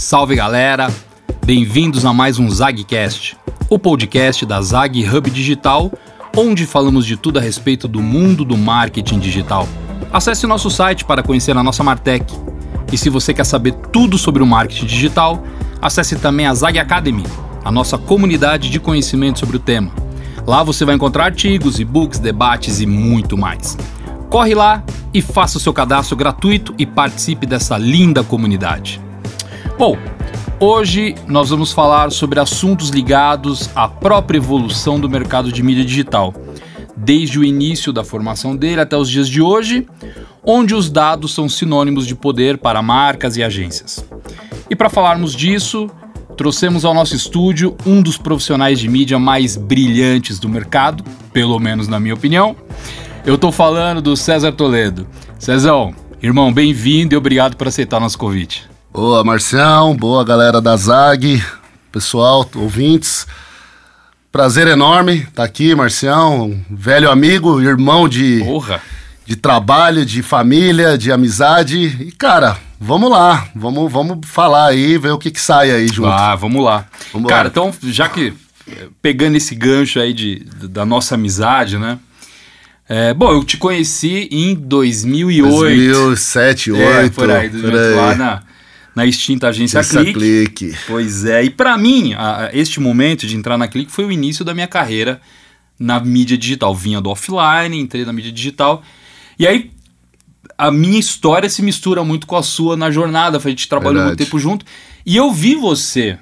Salve galera, bem-vindos a mais um ZagCast, o podcast da Zag Hub Digital, onde falamos de tudo a respeito do mundo do marketing digital. Acesse nosso site para conhecer a nossa Martech. E se você quer saber tudo sobre o marketing digital, acesse também a Zag Academy, a nossa comunidade de conhecimento sobre o tema. Lá você vai encontrar artigos, e-books, debates e muito mais. Corre lá e faça o seu cadastro gratuito e participe dessa linda comunidade. Bom, hoje nós vamos falar sobre assuntos ligados à própria evolução do mercado de mídia digital, desde o início da formação dele até os dias de hoje, onde os dados são sinônimos de poder para marcas e agências. E para falarmos disso, trouxemos ao nosso estúdio um dos profissionais de mídia mais brilhantes do mercado, pelo menos na minha opinião. Eu estou falando do César Toledo. Cezão, irmão, bem-vindo e obrigado por aceitar nosso convite. Boa, Marcião, boa galera da Zag, pessoal, ouvintes. Prazer enorme estar aqui, Marcião, um velho amigo, irmão de trabalho, de família, de amizade. E, cara, vamos lá, vamos falar aí, ver o que sai aí junto. Vamos lá. Cara, então, já que pegando esse gancho aí da nossa amizade, né? Bom, eu te conheci em 2008. 2007, 2008. Por aí, lá na extinta agência Clique. Pois é, e pra mim, este momento de entrar na Clique foi o início da minha carreira na mídia digital. Vinha do offline, entrei na mídia digital, e aí a minha história se mistura muito com a sua na jornada, a gente trabalhou muito tempo junto, e eu vi você,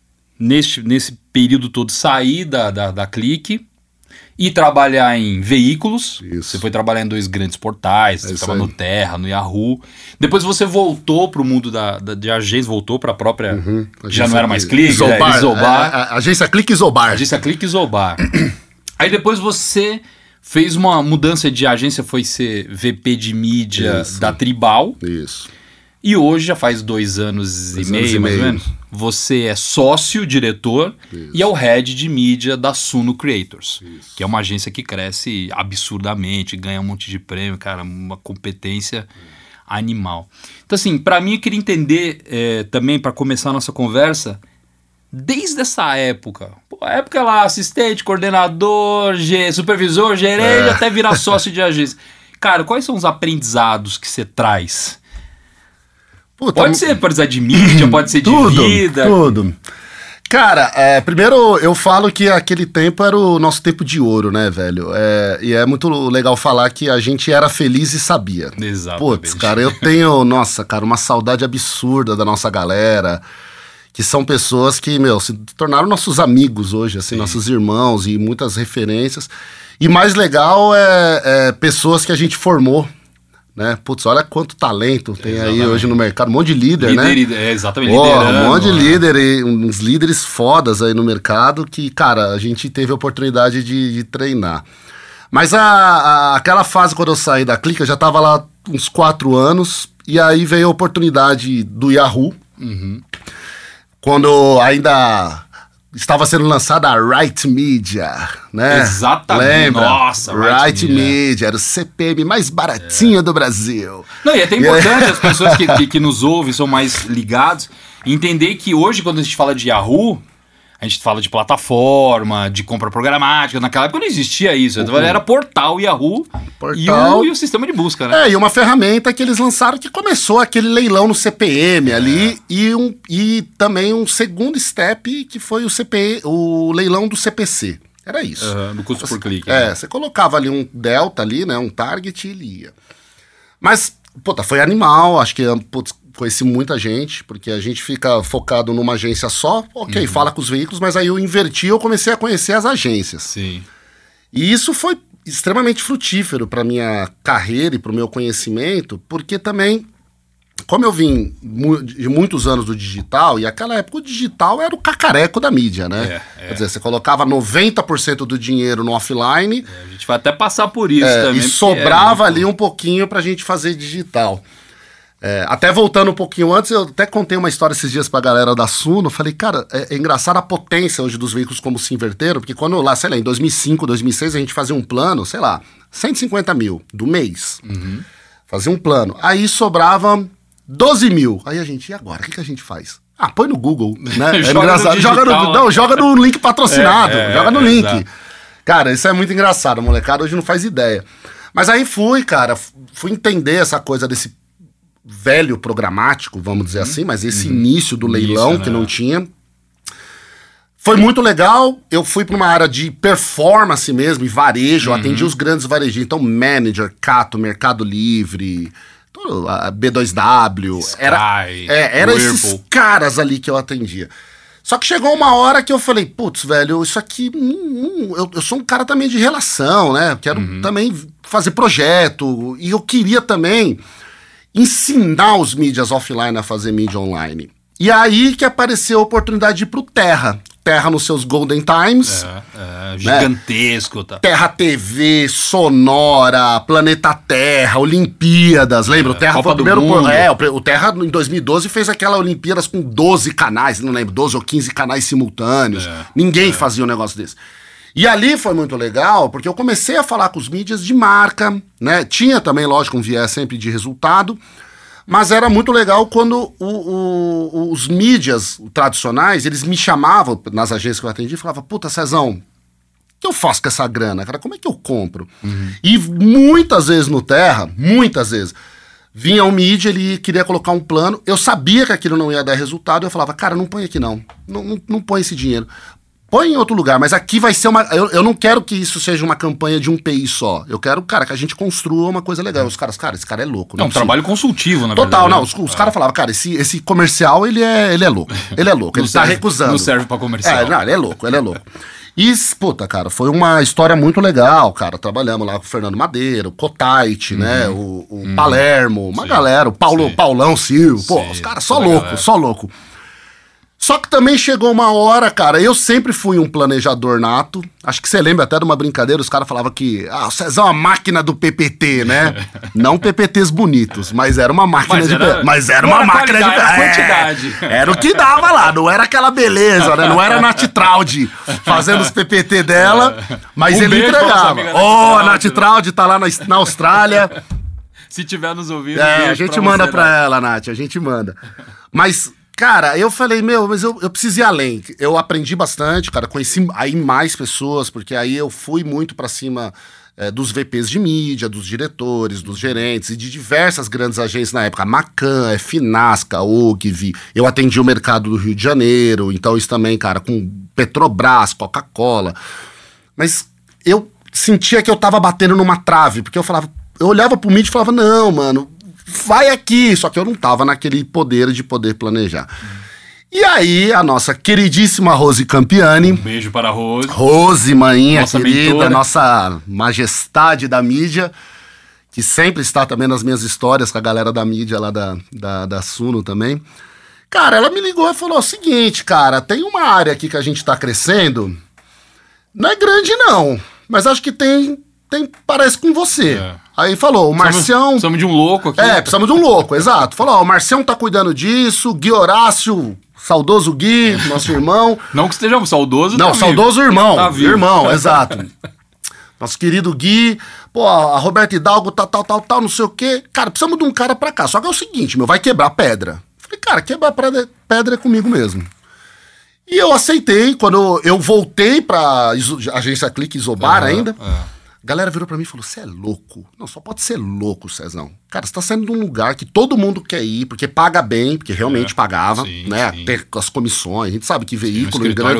nesse período todo, sair da Clique e trabalhar em veículos. Isso. Você foi trabalhar em 2 grandes portais, você estava no Terra, no Yahoo. Depois você voltou para o mundo de agência, voltou para a própria... Já não era mais Clique, Isobar. Agência Clique Isobar. Agência Clique Isobar. Aí depois você fez uma mudança de agência, foi ser VP de mídia da Tribal. Isso. E hoje, já faz 2 anos e meio, mais ou menos, você é sócio, diretor e é o head de mídia da Suno Creators, que é uma agência que cresce absurdamente, ganha um monte de prêmio, cara, uma competência animal. Então, assim, pra mim, eu queria entender também, para começar a nossa conversa, desde essa época, a época lá, assistente, coordenador, supervisor, gerente, até virar sócio de agência. Cara, quais são os aprendizados que você traz? Pode ser de mídia, pode ser de vida. Tudo. Cara, primeiro eu falo que aquele tempo era o nosso tempo de ouro, né, velho? E é muito legal falar que a gente era feliz e sabia. Exatamente. Putz, cara, eu tenho, uma saudade absurda da nossa galera, que são pessoas que, se tornaram nossos amigos hoje, assim, nossos irmãos e muitas referências. E mais legal é pessoas que a gente formou. Né? Putz, olha quanto talento tem aí hoje no mercado, um monte de líder, né? Exatamente, liderando. Um monte de líder e uns líderes fodas aí no mercado que, cara, a gente teve a oportunidade de treinar. Mas aquela fase quando eu saí da Clique, eu já tava lá uns 4 anos, e aí veio a oportunidade do Yahoo, quando ainda... estava sendo lançada a Right Media, né? Exatamente. Lembra? Nossa, Right Media, era o CPM mais baratinho do Brasil. Não, e é até importante as pessoas que nos ouvem, são mais ligados, entender que hoje, quando a gente fala de Yahoo, a gente fala de plataforma, de compra programática. Naquela época não existia isso. Era portal Yahoo e o sistema de busca, né? E uma ferramenta que eles lançaram que começou aquele leilão no CPM ali e também um segundo step que foi o leilão do CPC. Era isso. No custo por clique. Você colocava ali um delta ali, né? Um target e ele ia. Mas, foi animal. Acho que, conheci muita gente, porque a gente fica focado numa agência só, fala com os veículos, mas aí eu inverti, eu comecei a conhecer as agências. Sim. E isso foi extremamente frutífero para minha carreira e para o meu conhecimento, porque também, como eu vim de muitos anos do digital, e naquela época o digital era o cacareco da mídia, né? Quer dizer, você colocava 90% do dinheiro no offline. A gente vai até passar por isso também. E sobrava ali um pouquinho pra gente fazer digital. Até voltando um pouquinho antes, eu até contei uma história esses dias pra galera da Suno. Falei, cara, é engraçado a potência hoje dos veículos como se inverteram, porque quando lá, sei lá, em 2005, 2006, a gente fazia um plano, sei lá, 150 mil do mês. Fazia um plano. Aí sobrava 12 mil. Aí a gente, e agora? O que a gente faz? Ah, põe no Google, né? É Joga engraçado. no digital, Joga no link patrocinado. Joga no link. Exato. Cara, isso é muito engraçado. A molecada hoje não faz ideia. Mas aí fui entender essa coisa desse velho programático, vamos dizer assim, mas esse início do leilão Isso, né? que não tinha. Foi muito legal. Eu fui para uma área de performance mesmo, e varejo. Eu atendi os grandes varejistas. Então, Manager, Cato, Mercado Livre, a B2W. Era esses caras ali que eu atendia. Só que chegou uma hora que eu falei, putz, velho, isso aqui... eu sou um cara também de relação, né? Eu quero também fazer projeto. E eu queria também ensinar os mídias offline a fazer mídia online. E aí que apareceu a oportunidade de ir pro Terra. Terra nos seus Golden Times. Gigantesco, tá? Terra TV, Sonora, Planeta Terra, Olimpíadas, lembra? O Terra Copa foi o do primeiro... Mundo. O Terra em 2012 fez aquela Olimpíadas com 12 canais, não lembro, 12 ou 15 canais simultâneos. Ninguém fazia um negócio desse. E ali foi muito legal, porque eu comecei a falar com os mídias de marca, né? Tinha também, lógico, um viés sempre de resultado, mas era muito legal quando os mídias tradicionais, eles me chamavam nas agências que eu atendi e falavam, puta, Cezão, o que eu faço com essa grana, cara? Como é que eu compro? E muitas vezes no Terra, vinha um mídia, ele queria colocar um plano, eu sabia que aquilo não ia dar resultado, eu falava, cara, não põe aqui não põe esse dinheiro. Põe em outro lugar, mas aqui vai ser uma... Eu não quero que isso seja uma campanha de um PI só. Eu quero, cara, que a gente construa uma coisa legal. Os caras, cara, esse cara é louco. É um trabalho consultivo, na verdade. Total, não. Os caras falavam, cara, esse comercial, ele é louco. Ele é louco, ele tá recusando. Não serve pra comercial. Não, ele é louco. E, puta, cara, foi uma história muito legal, cara. Trabalhamos lá com o Fernando Madeira, o Cotite, né? O Palermo, uma galera, o Paulão Silva. Pô, os caras só louco. Só que também chegou uma hora, cara, eu sempre fui um planejador nato. Acho que você lembra até de uma brincadeira, os caras falavam que o Cezão é uma máquina do PPT, né? Não PPTs bonitos, mas era uma máquina Mas era uma máquina de... Era quantidade. Era o que dava lá, não era aquela beleza, né? Não era a Nath Traude fazendo os PPT dela, mas ele entregava. A Nath Traude tá lá na Austrália. Se tiver nos ouvindo, a gente manda pra ela, Nath, a gente manda. Mas... Cara, eu falei, mas eu preciso ir além. Eu aprendi bastante, cara, conheci aí mais pessoas, porque aí eu fui muito pra cima dos VPs de mídia, dos diretores, dos gerentes e de diversas grandes agências na época. Macan, Finasca, Ogilvy. Eu atendi o mercado do Rio de Janeiro, então isso também, cara, com Petrobras, Coca-Cola. Mas eu sentia que eu tava batendo numa trave, porque eu olhava pro mídia e falava, não, mano... Vai aqui, só que eu não tava naquele poder de poder planejar. E aí, a nossa queridíssima Rose Campiani. Um beijo para a Rose. Rose, maninha nossa querida, mentora. Nossa majestade da mídia, que sempre está também nas minhas histórias com a galera da mídia lá da Suno também. Cara, ela me ligou e falou o seguinte, cara, tem uma área aqui que a gente tá crescendo, não é grande não, mas acho que tem parece com você. Aí falou, o Marcião... Precisamos de um louco aqui. Precisamos de um louco, exato. Falou, o Marcião tá cuidando disso, Gui Horácio, saudoso Gui, nosso irmão. Não que estejamos saudoso, não, tá saudoso vivo. irmão, Tá vivo. irmão, exato. Nosso querido Gui, a Roberta Hidalgo, tal, não sei o quê. Cara, precisamos de um cara pra cá. Só que é o seguinte, vai quebrar pedra. Falei, cara, quebrar pedra é comigo mesmo. E eu aceitei, quando eu voltei pra agência Clique Isobar ainda... A galera virou pra mim e falou, você é louco? Não, só pode ser louco, Cezão. Cara, você tá saindo de um lugar que todo mundo quer ir, porque paga bem, porque realmente pagava, né? Ter as comissões, a gente sabe que veículo em grandes...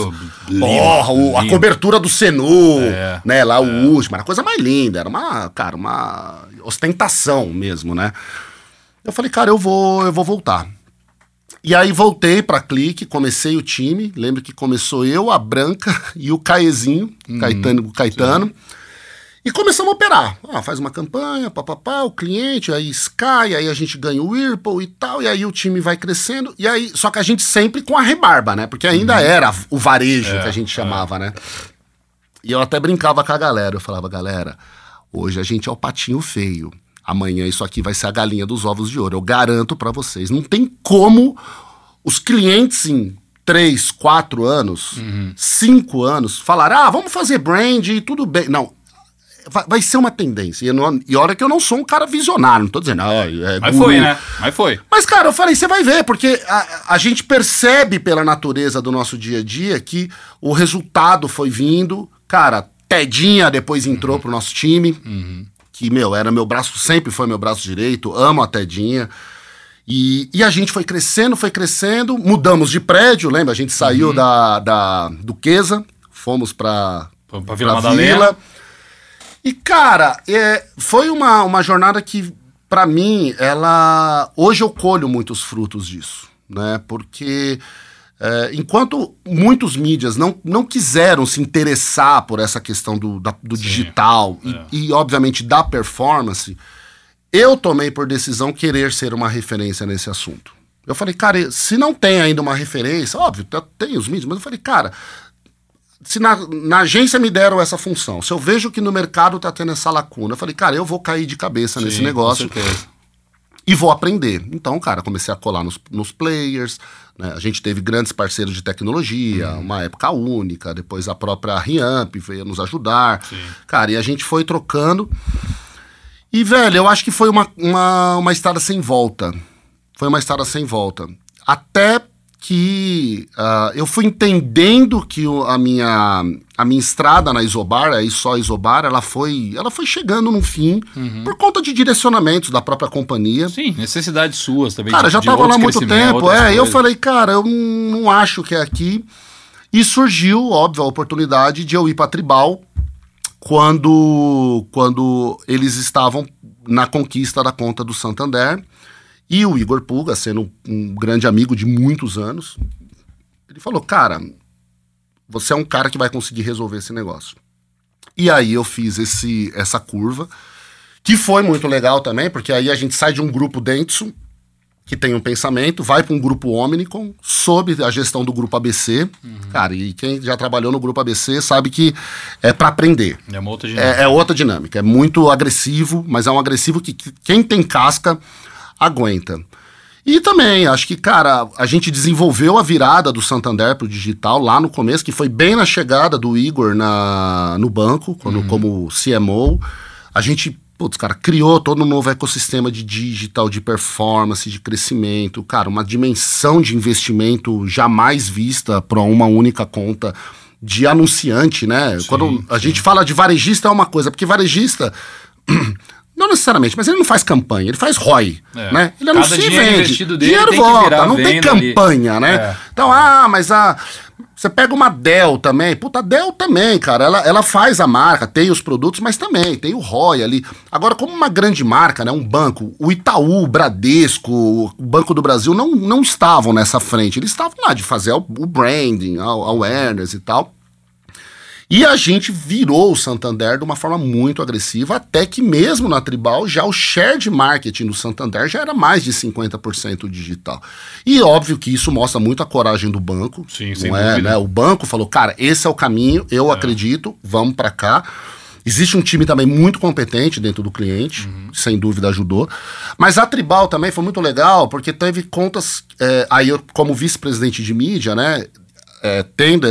a cobertura do Senu, né? Lá o último, era a coisa mais linda, era uma ostentação mesmo, né? Eu falei, cara, eu vou voltar. E aí voltei pra Clique, comecei o time, lembro que começou eu, a Branca e o Caezinho, Caetano. E começamos a operar. Faz uma campanha, o cliente, aí Sky, aí a gente ganha o Whirlpool e tal, e aí o time vai crescendo, e aí, só que a gente sempre com a rebarba, né? Porque ainda era o varejo que a gente chamava, né? E eu até brincava com a galera, eu falava, galera, hoje a gente é o patinho feio, amanhã isso aqui vai ser a galinha dos ovos de ouro, eu garanto pra vocês. Não tem como os clientes em 3, 4 anos, 5 anos, falar, vamos fazer brand e tudo bem. Não. vai ser uma tendência. E olha que eu não sou um cara visionário, não tô dizendo, Mas foi, né? Mas foi. Mas, cara, eu falei, você vai ver, porque a gente percebe pela natureza do nosso dia a dia que o resultado foi vindo. Cara, Tedinha depois entrou pro nosso time, que, era meu braço, sempre foi meu braço direito, amo a Tedinha. E a gente foi crescendo, mudamos de prédio, lembra? A gente saiu da Duquesa, fomos pra Vila Madalena. E, cara, foi uma jornada que, pra mim, hoje eu colho muitos frutos disso, né? Porque enquanto muitos mídias não quiseram se interessar por essa questão do digital e, obviamente, da performance, eu tomei por decisão querer ser uma referência nesse assunto. Eu falei, cara, se não tem ainda uma referência, óbvio, tem os mídias, mas eu falei, cara, se na agência me deram essa função, se eu vejo que no mercado tá tendo essa lacuna, eu falei, cara, eu vou cair de cabeça nesse negócio e vou aprender. Então, cara, comecei a colar nos players, né? A gente teve grandes parceiros de tecnologia, uma época única, depois a própria Riamp veio nos ajudar. Cara, e a gente foi trocando. E, velho, eu acho que foi uma estrada sem volta. Foi uma estrada sem volta. Até que eu fui entendendo que a minha estrada na Isobar, aí só Isobar, ela foi chegando num fim por conta de direcionamentos da própria companhia. Sim, necessidades suas também. Cara, já tava lá há muito tempo, e eu falei, cara, eu não acho que é aqui. E surgiu, óbvio, a oportunidade de eu ir pra Tribal quando eles estavam na conquista da conta do Santander. E o Igor Pulga, sendo um grande amigo de muitos anos, ele falou, cara, você é um cara que vai conseguir resolver esse negócio. E aí eu fiz essa curva, que foi muito legal também, porque aí a gente sai de um grupo Dentsu, que tem um pensamento, vai para um grupo Omnicom, sob a gestão do grupo ABC. Cara, e quem já trabalhou no grupo ABC sabe que é para aprender. É uma outra dinâmica. É outra dinâmica, é muito agressivo, mas é um agressivo que quem tem casca aguenta. E também, acho que, cara, a gente desenvolveu a virada do Santander pro digital lá no começo, que foi bem na chegada do Igor no banco, como CMO. A gente, cara, criou todo um novo ecossistema de digital, de performance, de crescimento. Cara, uma dimensão de investimento jamais vista para uma única conta de anunciante, né? Quando a gente fala de varejista é uma coisa, porque varejista... Não necessariamente, mas ele não faz campanha, ele faz ROI, né? Ele anuncia e vende. Dinheiro volta, não tem campanha, ali, né? Então, mas você pega uma Dell também, puta, a Dell também, cara, ela faz a marca, tem os produtos, mas também tem o ROI ali. Agora, como uma grande marca, né, um banco, o Itaú, o Bradesco, o Banco do Brasil não estavam nessa frente, eles estavam lá de fazer o branding, a awareness e tal. E a gente virou o Santander de uma forma muito agressiva, até que mesmo na Tribal, já o share de marketing do Santander já era mais de 50% digital. E óbvio que isso mostra muito a coragem do banco. Sim, sem dúvida. Né? O banco falou, cara, esse é o caminho, eu acredito, vamos para cá. Existe um time também muito competente dentro do cliente, sem dúvida ajudou. Mas a Tribal também foi muito legal, porque teve contas, aí eu, como vice-presidente de mídia, né, tendo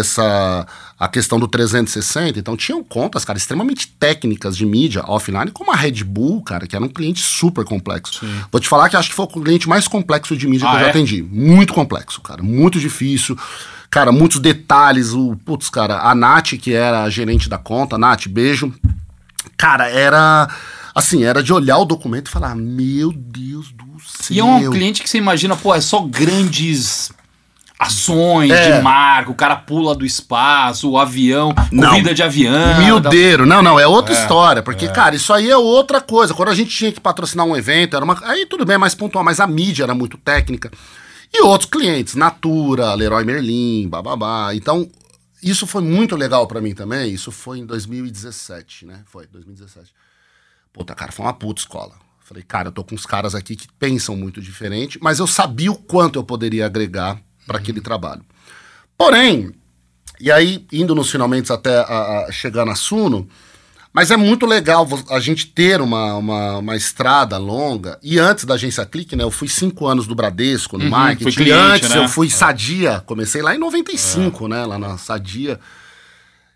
a questão do 360, então tinham contas, cara, extremamente técnicas de mídia offline, como a Red Bull, cara, que era um cliente super complexo. Sim. Vou te falar que acho que foi o cliente mais complexo de mídia que eu já atendi. Muito complexo, cara, muito difícil. Cara, muitos detalhes, cara, a Nath, que era a gerente da conta, Nath, beijo. Cara, era de olhar o documento e falar, meu Deus do céu. E é um cliente que você imagina, é só grandes... ações de marca, o cara pula do espaço, o avião, corrida de avião. Miudeiro, não, é outra história, porque, cara, isso aí é outra coisa. Quando a gente tinha que patrocinar um evento, aí tudo bem, mais pontual, mas a mídia era muito técnica. E outros clientes, Natura, Leroy Merlin, bababá. Então, isso foi muito legal pra mim também, isso foi em 2017, né? Foi, 2017. Puta, cara, foi uma puta escola. Falei, cara, eu tô com uns caras aqui que pensam muito diferente, mas eu sabia o quanto eu poderia agregar para aquele trabalho. Porém, e aí indo nos finalmente até chegar na Suno, mas é muito legal a gente ter uma estrada longa, e antes da agência Clique, né, eu fui 5 anos do Bradesco no marketing, cliente, antes né? Eu fui Sadia, comecei lá em 95, né, lá na Sadia.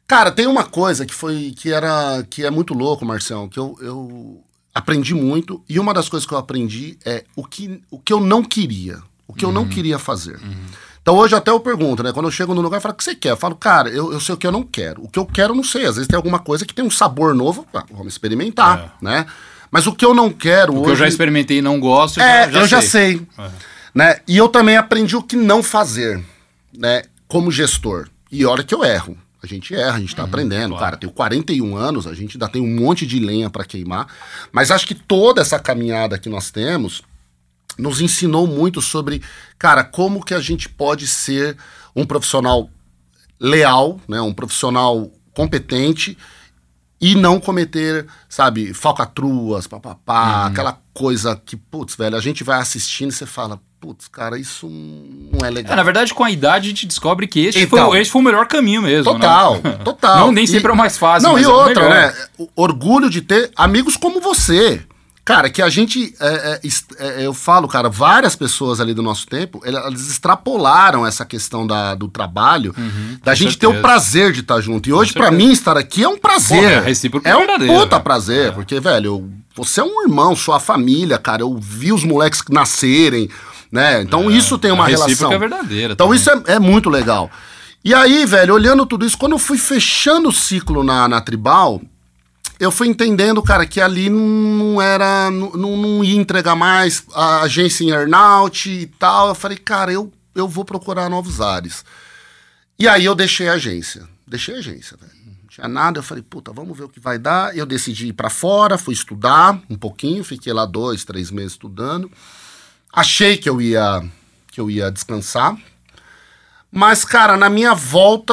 Cara, tem uma coisa que é muito louco, Marcião, que eu aprendi muito, e uma das coisas que eu aprendi é o que eu não queria, eu não queria fazer. Então hoje até eu pergunto, né? Quando eu chego no lugar, eu falo, o que você quer? Eu falo, cara, eu sei o que eu não quero. O que eu quero, eu não sei. Às vezes tem alguma coisa que tem um sabor novo, vamos experimentar, né? Mas o que eu não quero o hoje... que eu já experimentei e não gosto, eu já sei. Né? E eu também aprendi o que não fazer, né? Como gestor. E olha que eu erro. A gente erra, a gente tá aprendendo. Claro. Cara, tenho 41 anos, a gente ainda tem um monte de lenha para queimar. Mas acho que toda essa caminhada que nós temos nos ensinou muito sobre, cara, como que a gente pode ser um profissional leal, né? Um profissional competente e não cometer, sabe, falcatruas, aquela coisa que, putz, velho, a gente vai assistindo e você fala, putz, cara, isso não é legal. Na verdade, com a idade, a gente descobre que esse foi o melhor caminho mesmo. Total, né? Total. Não, nem sempre é o mais fácil, não, mas e outra, melhor. Né? O orgulho de ter amigos como você. Cara, que a gente, eu falo, cara, várias pessoas ali do nosso tempo, elas extrapolaram essa questão do trabalho, da gente ter o prazer de estar junto. E hoje, pra mim, estar aqui é um prazer. Porra, recíproco é um verdadeiro, puta prazer, porque, velho, você é um irmão, sua família, cara, eu vi os moleques nascerem, né? Então isso tem uma relação. É verdadeira. Então também. isso é muito legal. E aí, velho, olhando tudo isso, quando eu fui fechando o ciclo na Tribal, eu fui entendendo, cara, que ali não ia entregar mais a agência em earnout e tal. Eu falei, cara, eu vou procurar novos ares. E aí eu deixei a agência, velho. Não tinha nada, eu falei, puta, vamos ver o que vai dar. Eu decidi ir pra fora, fui estudar um pouquinho, fiquei lá 2, 3 meses estudando. Achei que eu ia descansar. Mas, cara, na minha volta...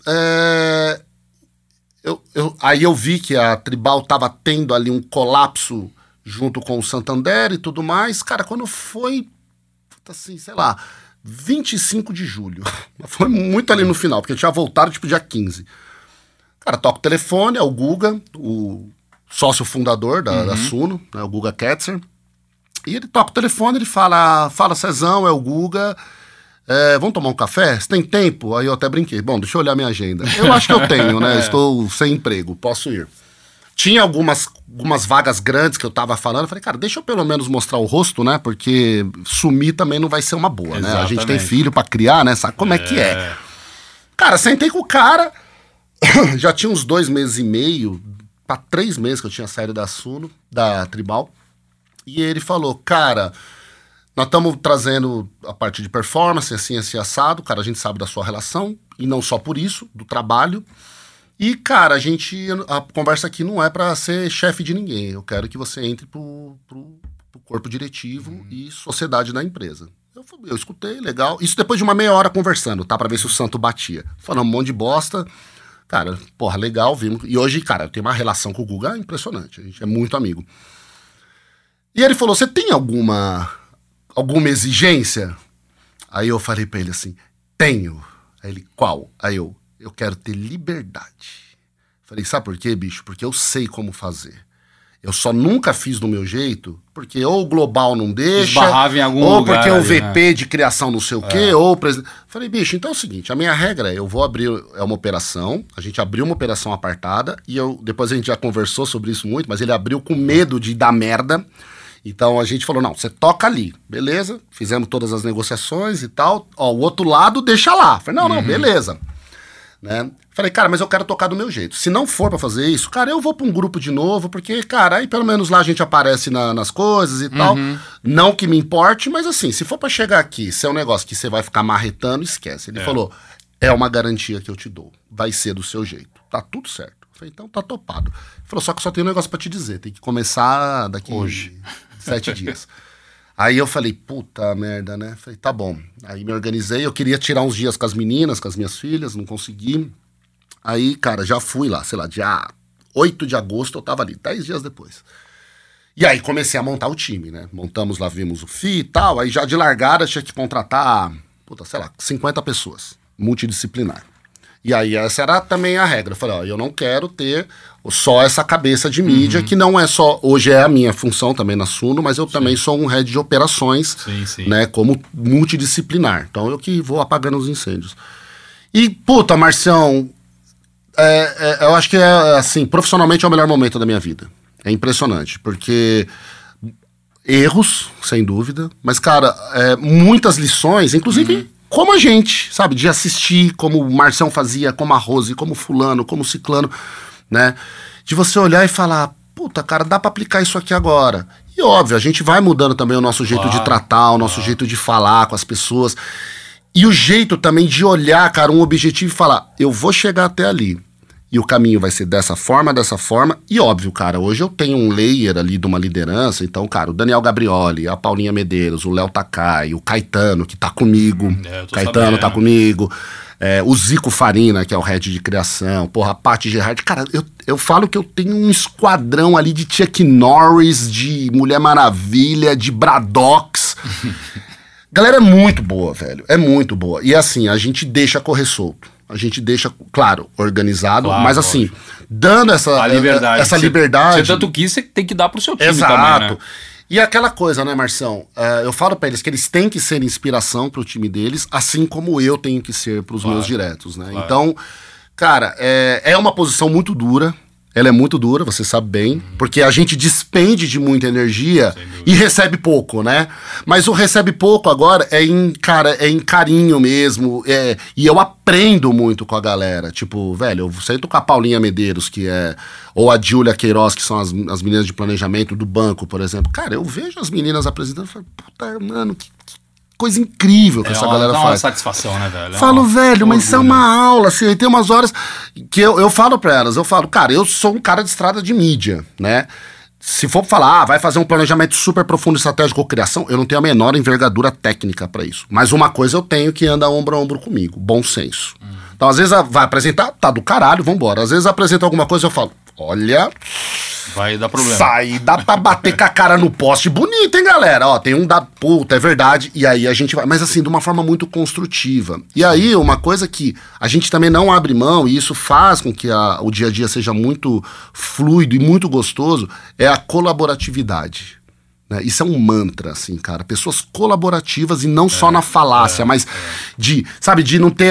Aí eu vi que a Tribal tava tendo ali um colapso junto com o Santander e tudo mais. Cara, quando foi, assim, sei lá, 25 de julho. Foi muito ali no final, porque eu tinha voltado tipo dia 15. Cara, toca o telefone, é o Guga, o sócio fundador da Suno, né, o Guga Ketzer. E ele toca o telefone, ele fala Cezão, é o Guga... vamos tomar um café? Você tem tempo? Aí eu até brinquei. Bom, deixa eu olhar minha agenda. Eu acho que eu tenho, né? Estou sem emprego, posso ir. Tinha algumas vagas grandes que eu tava falando. Eu falei, cara, deixa eu pelo menos mostrar o rosto, né? Porque sumir também não vai ser uma boa, né? A gente tem filho pra criar, né? Sabe como é que é? Cara, sentei com o cara. Já tinha uns 2 meses e meio, pra 3 meses que eu tinha saído da Suno, da Tribal. E ele falou, cara... Nós estamos trazendo a parte de performance, assim, esse assado. Cara, a gente sabe da sua relação, e não só por isso, do trabalho. E, cara, a conversa aqui não é para ser chefe de ninguém. Eu quero que você entre pro corpo diretivo e sociedade da empresa. Eu escutei, legal. Isso depois de uma meia hora conversando, tá? Pra ver se o santo batia. Falando um monte de bosta. Cara, porra, legal, vimos. E hoje, cara, eu tenho uma relação com o Guga impressionante. A gente é muito amigo. E ele falou, você tem alguma exigência? Aí eu falei pra ele assim, tenho. Aí ele, qual? Aí eu quero ter liberdade. Falei, sabe por quê, bicho? Porque eu sei como fazer. Eu só nunca fiz do meu jeito, porque ou o global não deixa, esbarrava em algum ou lugar porque ali, o VP de criação não sei o quê, ou o presidente... Falei, bicho, então é o seguinte, a minha regra é, eu vou abrir uma operação, a gente abriu uma operação apartada, e depois a gente já conversou sobre isso muito, mas ele abriu com medo de dar merda. Então a gente falou, não, você toca ali, beleza? Fizemos todas as negociações e tal. Ó, o outro lado deixa lá. Falei, não, beleza. Né? Falei, cara, mas eu quero tocar do meu jeito. Se não for pra fazer isso, cara, eu vou pra um grupo de novo, porque, cara, aí pelo menos lá a gente aparece nas coisas e tal. Não que me importe, mas assim, se for pra chegar aqui, se é um negócio que você vai ficar marretando, esquece. Ele falou, é uma garantia que eu te dou. Vai ser do seu jeito. Tá tudo certo. Falei, então tá topado. Ele falou, só que só tem um negócio pra te dizer. Tem que começar daqui... Hoje. 7 dias. Aí eu falei, puta merda, né? Falei, tá bom. Aí me organizei, eu queria tirar uns dias com as meninas, com as minhas filhas, não consegui. Aí, cara, já fui lá, sei lá, dia 8 de agosto eu tava ali, 10 dias depois. E aí comecei a montar o time, né? Montamos lá, vimos o FI e tal, aí já de largada tinha que contratar, puta, sei lá, 50 pessoas, multidisciplinar. E aí essa era também a regra. Eu falei, ó, eu não quero ter só essa cabeça de mídia, que não é só... Hoje é a minha função também na Suno, mas eu também sou um head de operações, né, como multidisciplinar. Então eu que vou apagando os incêndios. E, puta, Marcião, eu acho que assim, profissionalmente é o melhor momento da minha vida. É impressionante, porque erros, sem dúvida, mas, cara, muitas lições, inclusive como a gente, sabe, de assistir como o Marcião fazia, como a Rose, como fulano, como ciclano, né, de você olhar e falar, puta, cara, dá pra aplicar isso aqui agora. E óbvio, a gente vai mudando também o nosso jeito de tratar, o nosso jeito de falar com as pessoas, e o jeito também de olhar, cara, um objetivo e falar, eu vou chegar até ali. E o caminho vai ser dessa forma, e óbvio, cara, hoje eu tenho um layer ali de uma liderança, então, cara, o Daniel Gabrioli, a Paulinha Medeiros, o Léo Takai, o Caetano, que tá comigo, Caetano tá comigo, o Zico Farina, que é o head de criação, porra, a Paty Gerhardt, cara, eu falo que eu tenho um esquadrão ali de Chuck Norris, de Mulher Maravilha, de Bradox. Galera é muito boa, velho, é muito boa, e assim, a gente deixa correr solto. A gente deixa, claro, organizado, claro, mas assim, dando essa liberdade. Você tanto quis, você tem que dar pro seu time exato. Também, né? E aquela coisa, né, Marcião? Eu falo pra eles que eles têm que ser inspiração pro time deles, assim como eu tenho que ser pros meus diretos, né? Claro. Então, cara, é uma posição muito dura. Ela é muito dura, você sabe bem, porque a gente despende de muita energia e recebe pouco, né? Mas o recebe pouco agora é em carinho mesmo, e eu aprendo muito com a galera. Tipo, velho, eu sento com a Paulinha Medeiros, ou a Júlia Queiroz, que são as meninas de planejamento do banco, por exemplo. Cara, eu vejo as meninas apresentando e falo, puta, mano, que coisa incrível que essa galera faz. É uma satisfação, né, velho? Falo, velho, mas isso é uma aula, assim, tem umas horas que eu falo pra elas, cara, eu sou um cara de estrada de mídia, né? Se for falar, vai fazer um planejamento super profundo estratégico ou criação, eu não tenho a menor envergadura técnica pra isso. Mas uma coisa eu tenho que anda ombro a ombro comigo, bom senso. Então, às vezes, vai apresentar, tá do caralho, vambora. Às vezes apresenta alguma coisa eu falo, olha... Vai dar problema. Dá pra bater com a cara no poste bonito, hein, galera? Ó, tem um da puta, é verdade. E aí a gente vai, mas assim, de uma forma muito construtiva. E aí, uma coisa que a gente também não abre mão, e isso faz com que o dia a dia seja muito fluido e muito gostoso, é a colaboratividade. Né? Isso é um mantra, assim, cara. Pessoas colaborativas e não só na falácia, mas de não ter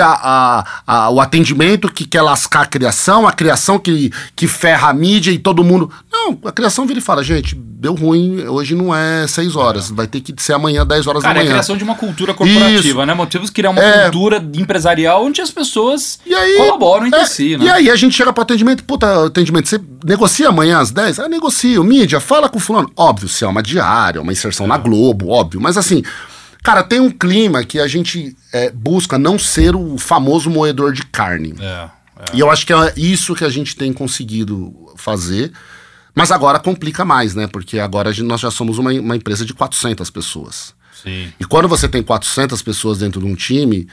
o atendimento que quer lascar a criação que ferra a mídia e todo mundo... Não, a criação vira e fala, gente, deu ruim, hoje não é 6 horas, vai ter que ser amanhã, 10 horas da manhã. Cara, é a criação de uma cultura corporativa, né? Motivos criar uma cultura empresarial onde as pessoas colaboram entre si, né? E aí a gente chega pro atendimento, atendimento, você negocia amanhã às 10? Negocio, mídia, fala com o fulano. Óbvio, se é uma diária, uma inserção na Globo, óbvio, mas assim... Cara, tem um clima que a gente busca não ser o famoso moedor de carne. E eu acho que é isso que a gente tem conseguido fazer. Mas agora complica mais, né? Porque agora nós já somos uma empresa de 400 pessoas. Sim. E quando você tem 400 pessoas dentro de um time,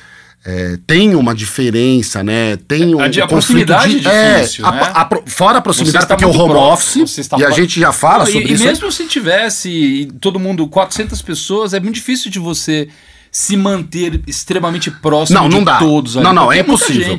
tem uma diferença, né? Tem a proximidade é difícil, né? Fora a proximidade, porque é o home office, e a gente já fala sobre isso. E mesmo se tivesse todo mundo, 400 pessoas, é muito difícil de você se manter extremamente próximo de todos ali. Não, é impossível.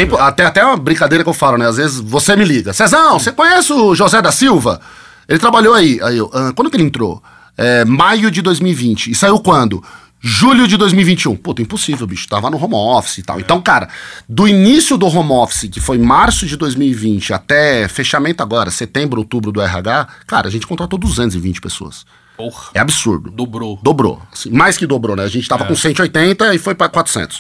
Até uma brincadeira que eu falo, né? Às vezes você me liga. Cezão, você conhece o José da Silva? Ele trabalhou aí. Aí eu, quando que ele entrou? Maio de 2020. E saiu quando? Julho de 2021. Puta, impossível, bicho. Tava no home office e tal. Então, cara, do início do home office, que foi março de 2020, até fechamento agora, setembro, outubro do RH, cara, a gente contratou 220 pessoas. Porra. É absurdo. Dobrou. Assim, mais que dobrou, né? A gente tava com 180 e foi para 400.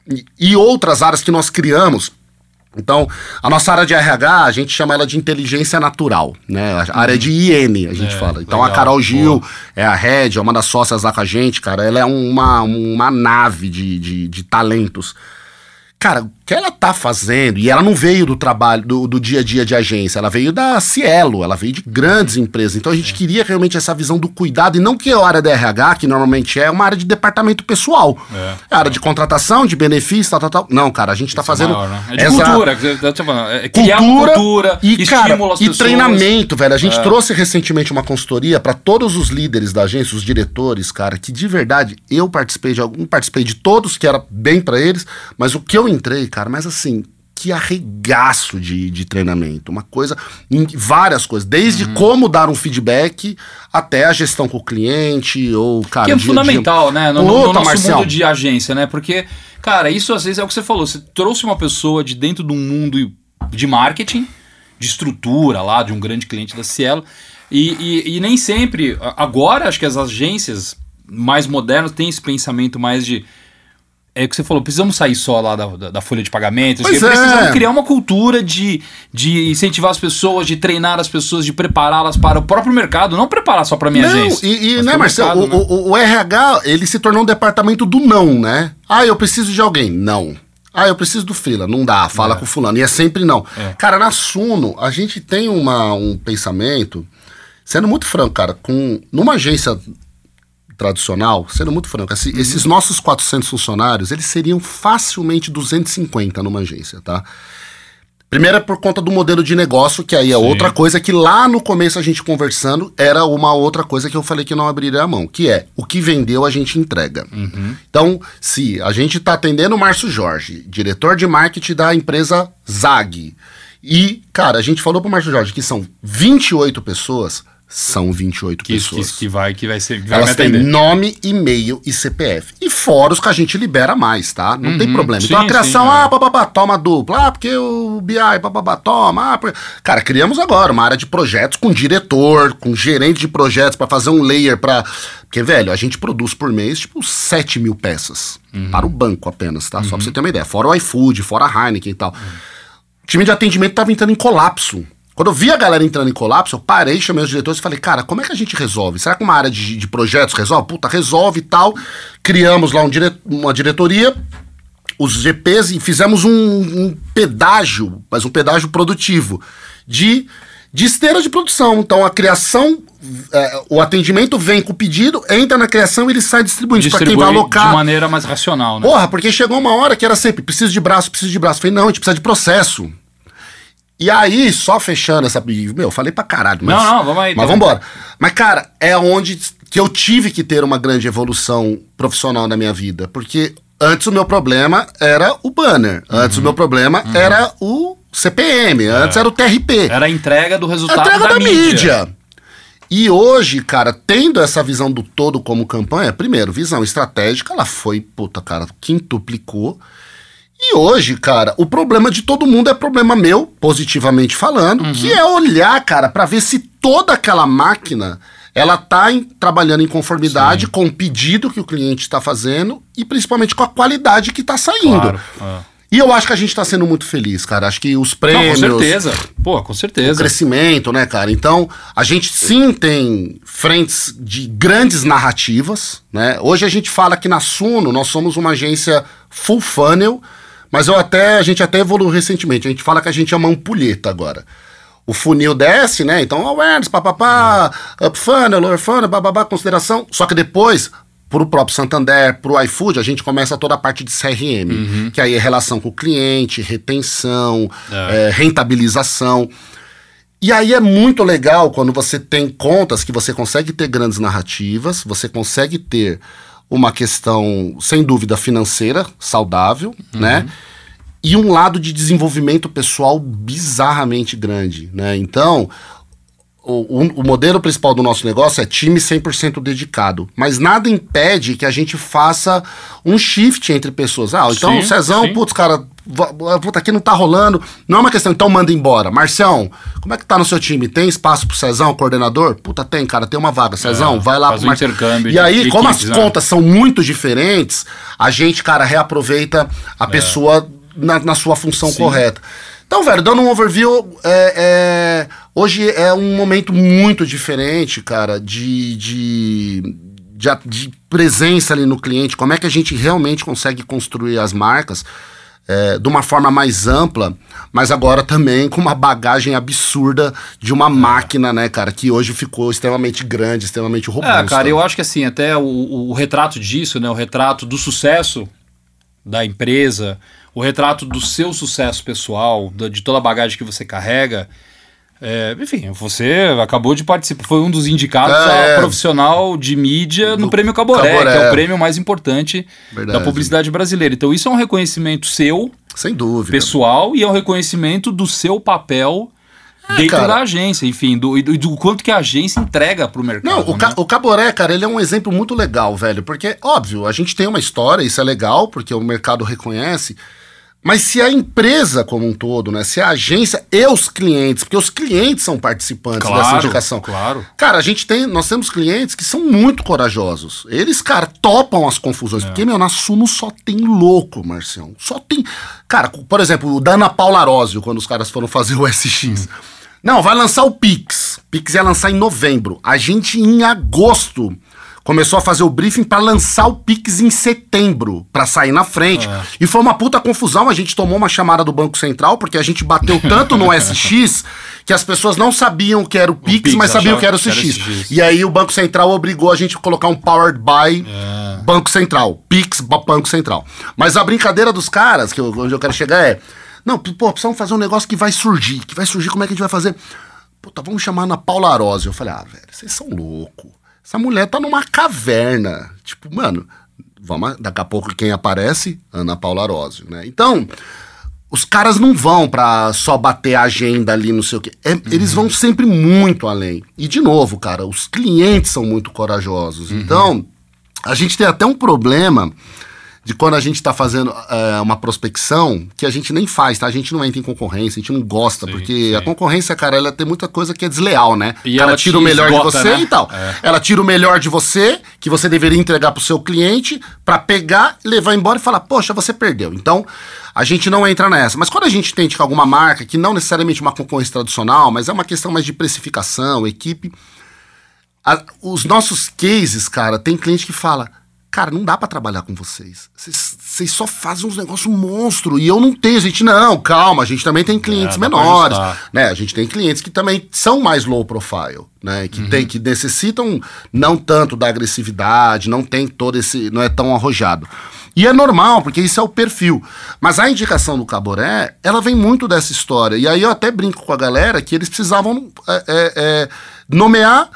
E outras áreas que nós criamos. Então, a nossa área de RH, a gente chama ela de inteligência natural, né? A área de IN, a gente fala. Então, legal. A Carol Gil é a head, é uma das sócias lá com a gente, cara. Ela é uma nave de talentos. Cara, o que ela tá fazendo, e ela não veio do trabalho, do dia a dia de agência, ela veio da Cielo, ela veio de grandes empresas, então a gente queria realmente essa visão do cuidado, e não que a área da RH, que normalmente é uma área de departamento pessoal, é a área de contratação, de benefício, tal, não, cara, a gente tá fazendo... Maior, né? É de cultura, criar uma cultura, e, cara, e treinamento, velho, a gente trouxe recentemente uma consultoria para todos os líderes da agência, os diretores, cara, que de verdade, eu participei de todos, que era bem para eles, mas o que eu entrei, cara, mas assim, que arregaço de treinamento, uma coisa, várias coisas, desde como dar um feedback até a gestão com o cliente, ou, cara... Que é fundamental, né, no nosso mundo de agência, né, porque, cara, isso às vezes é o que você falou, você trouxe uma pessoa de dentro de um mundo de marketing, de estrutura lá, de um grande cliente da Cielo. E nem sempre, agora acho que as agências mais modernas têm esse pensamento mais de... É o que você falou, precisamos sair só lá da folha de pagamentos, precisamos criar uma cultura de incentivar as pessoas, de treinar as pessoas, de prepará-las para o próprio mercado, não preparar só para minha agência. Né, Marcelo, o RH, ele se tornou um departamento do não, né? Ah, eu preciso de alguém. Não. Ah, eu preciso do freela. Não dá, fala com o fulano. E é sempre não. Cara, na Suno, a gente tem um pensamento, sendo muito franco, cara, numa agência tradicional, sendo muito franco, esses nossos 400 funcionários, eles seriam facilmente 250 numa agência, tá? Primeiro é por conta do modelo de negócio, que aí é outra coisa que lá no começo a gente conversando, era uma outra coisa que eu falei que não abriria a mão, que é, o que vendeu a gente entrega. Então, se a gente tá atendendo o Márcio Jorge, diretor de marketing da empresa Zag, e, cara, a gente falou pro Márcio Jorge que são 28 pessoas... São 28 pessoas. Que vai elas têm nome, e-mail e CPF. E fora os que a gente libera mais, tá? Não tem problema. Então a criação, toma dupla. Porque o BI, toma. Cara, criamos agora uma área de projetos com diretor, com gerente de projetos pra fazer um layer pra... Porque, velho, a gente produz por mês, tipo, 7 mil peças. Para o banco apenas, tá? Só pra você ter uma ideia. Fora o iFood, fora a Heineken e tal. O time de atendimento tava entrando em colapso. Quando eu vi a galera entrando em colapso, eu parei, chamei os diretores e falei, cara, como é que a gente resolve? Será que uma área de projetos resolve? Puta, resolve e tal. Criamos lá uma diretoria, os GPs, e fizemos um pedágio, mas um pedágio produtivo, de esteira de produção. Então a criação, o atendimento vem com o pedido, entra na criação e ele sai distribuindo para quem vai alocar. De maneira mais racional, né? Porra, porque chegou uma hora que era sempre, preciso de braço. Falei, não, a gente precisa de processo. E aí, só fechando essa... Meu, falei pra caralho, mas... Não, vamos aí. Mas vambora. Mas, cara, é onde que eu tive que ter uma grande evolução profissional na minha vida. Porque antes o meu problema era o banner. Antes o meu problema era o CPM. Antes era o TRP. Era a entrega do resultado a entrega da mídia. E hoje, cara, tendo essa visão do todo como campanha, primeiro, visão estratégica, ela foi, puta, cara, quintuplicou. E hoje, cara, o problema de todo mundo é problema meu, positivamente falando, que é olhar, cara, pra ver se toda aquela máquina, ela tá trabalhando em conformidade com o pedido que o cliente tá fazendo e principalmente com a qualidade que tá saindo. Claro. E eu acho que a gente tá sendo muito feliz, cara. Acho que os prêmios... Não, com certeza. Pô, com certeza. O crescimento, né, cara? Então, a gente sim tem frentes de grandes narrativas, né? Hoje a gente fala que na Suno nós somos uma agência full funnel, mas a gente até evoluiu recentemente. A gente fala que a gente é uma ampulheta agora. O funil desce, né? Então, awareness, up funnel, lower funnel, consideração. Só que depois, pro próprio Santander, pro iFood, a gente começa toda a parte de CRM. Que aí é relação com o cliente, retenção, rentabilização. E aí é muito legal quando você tem contas que você consegue ter grandes narrativas, você consegue ter uma questão, sem dúvida, financeira, saudável, né? E um lado de desenvolvimento pessoal bizarramente grande, né? Então, o modelo principal do nosso negócio é time 100% dedicado, mas nada impede que a gente faça um shift entre pessoas. Então o Cezão, putz, cara, puta, aqui não tá rolando, não é uma questão, então manda embora. Marcião, como é que tá no seu time? Tem espaço pro Cezão, coordenador? Puta, tem, cara, tem uma vaga. Cezão, vai lá pro intercâmbio. E aí, como as contas são muito diferentes, a gente, cara, reaproveita a pessoa na sua função correta. Então, velho, dando um overview, hoje é um momento muito diferente, cara, de presença ali no cliente. Como é que a gente realmente consegue construir as marcas de uma forma mais ampla, mas agora também com uma bagagem absurda de uma máquina, né, cara, que hoje ficou extremamente grande, extremamente robusta. Cara, eu acho que assim, até o retrato disso, né, o retrato do sucesso da empresa, o retrato do seu sucesso pessoal, de toda a bagagem que você carrega. Enfim, você acabou de participar, foi um dos indicados a profissional de mídia no Prêmio Caboré, que é o prêmio mais importante da publicidade brasileira. Então isso é um reconhecimento seu, sem dúvida, pessoal, e é um reconhecimento do seu papel dentro da agência, enfim, do quanto que a agência entrega pro mercado. Não, o Caboré, cara, ele é um exemplo muito legal, velho, porque, óbvio, a gente tem uma história, isso é legal, porque o mercado reconhece, Mas se a empresa como um todo, né? Se a agência e os clientes, porque os clientes são participantes dessa indicação. Claro. Cara, nós temos clientes que são muito corajosos. Eles, cara, topam as confusões. Porque, meu, na Suno só tem louco, Marcião. Só tem... Cara, por exemplo, o da Ana Paula Arósio, quando os caras foram fazer o SX. Não, vai lançar o Pix. Pix ia lançar em novembro. A gente, em agosto... começou a fazer o briefing pra lançar o Pix em setembro, pra sair na frente. E foi uma puta confusão, a gente tomou uma chamada do Banco Central, porque a gente bateu tanto no SX, que as pessoas não sabiam o que era o Pix, mas sabiam o que era o CX. E aí o Banco Central obrigou a gente a colocar um Powered by Banco Central. Pix, Banco Central. Mas a brincadeira dos caras, onde eu quero chegar é... Não, pô, precisamos fazer um negócio que vai surgir. Que vai surgir, como é que a gente vai fazer? Puta, vamos chamar a Ana Paula Arósio. Eu falei, velho, vocês são loucos. Essa mulher tá numa caverna. Tipo, mano, daqui a pouco quem aparece? Ana Paula Arósio, né? Então, os caras não vão pra só bater a agenda ali, não sei o quê. Eles vão sempre muito além. E, de novo, cara, os clientes são muito corajosos. Então, a gente tem até um problema de quando a gente tá fazendo uma prospecção, que a gente nem faz, tá? A gente não entra em concorrência, a gente não gosta, porque a concorrência, cara, ela tem muita coisa que é desleal, né? E ela tira o melhor de você, né? E tal. Ela tira o melhor de você, que você deveria entregar pro seu cliente, pra pegar, levar embora e falar, poxa, você perdeu. Então, a gente não entra nessa. Mas quando a gente tende com alguma marca, que não necessariamente uma concorrência tradicional, mas é uma questão mais de precificação, equipe, os nossos cases, cara, tem cliente que fala... Cara, não dá pra trabalhar com vocês. Vocês só fazem uns negócios monstro. E eu não tenho. A gente, não, calma. A gente também tem clientes menores. Né? A gente tem clientes que também são mais low profile. Né? Que necessitam não tanto da agressividade. Não tem todo esse... Não é tão arrojado. E é normal, porque isso é o perfil. Mas a indicação do Caboré, ela vem muito dessa história. E aí eu até brinco com a galera que eles precisavam nomear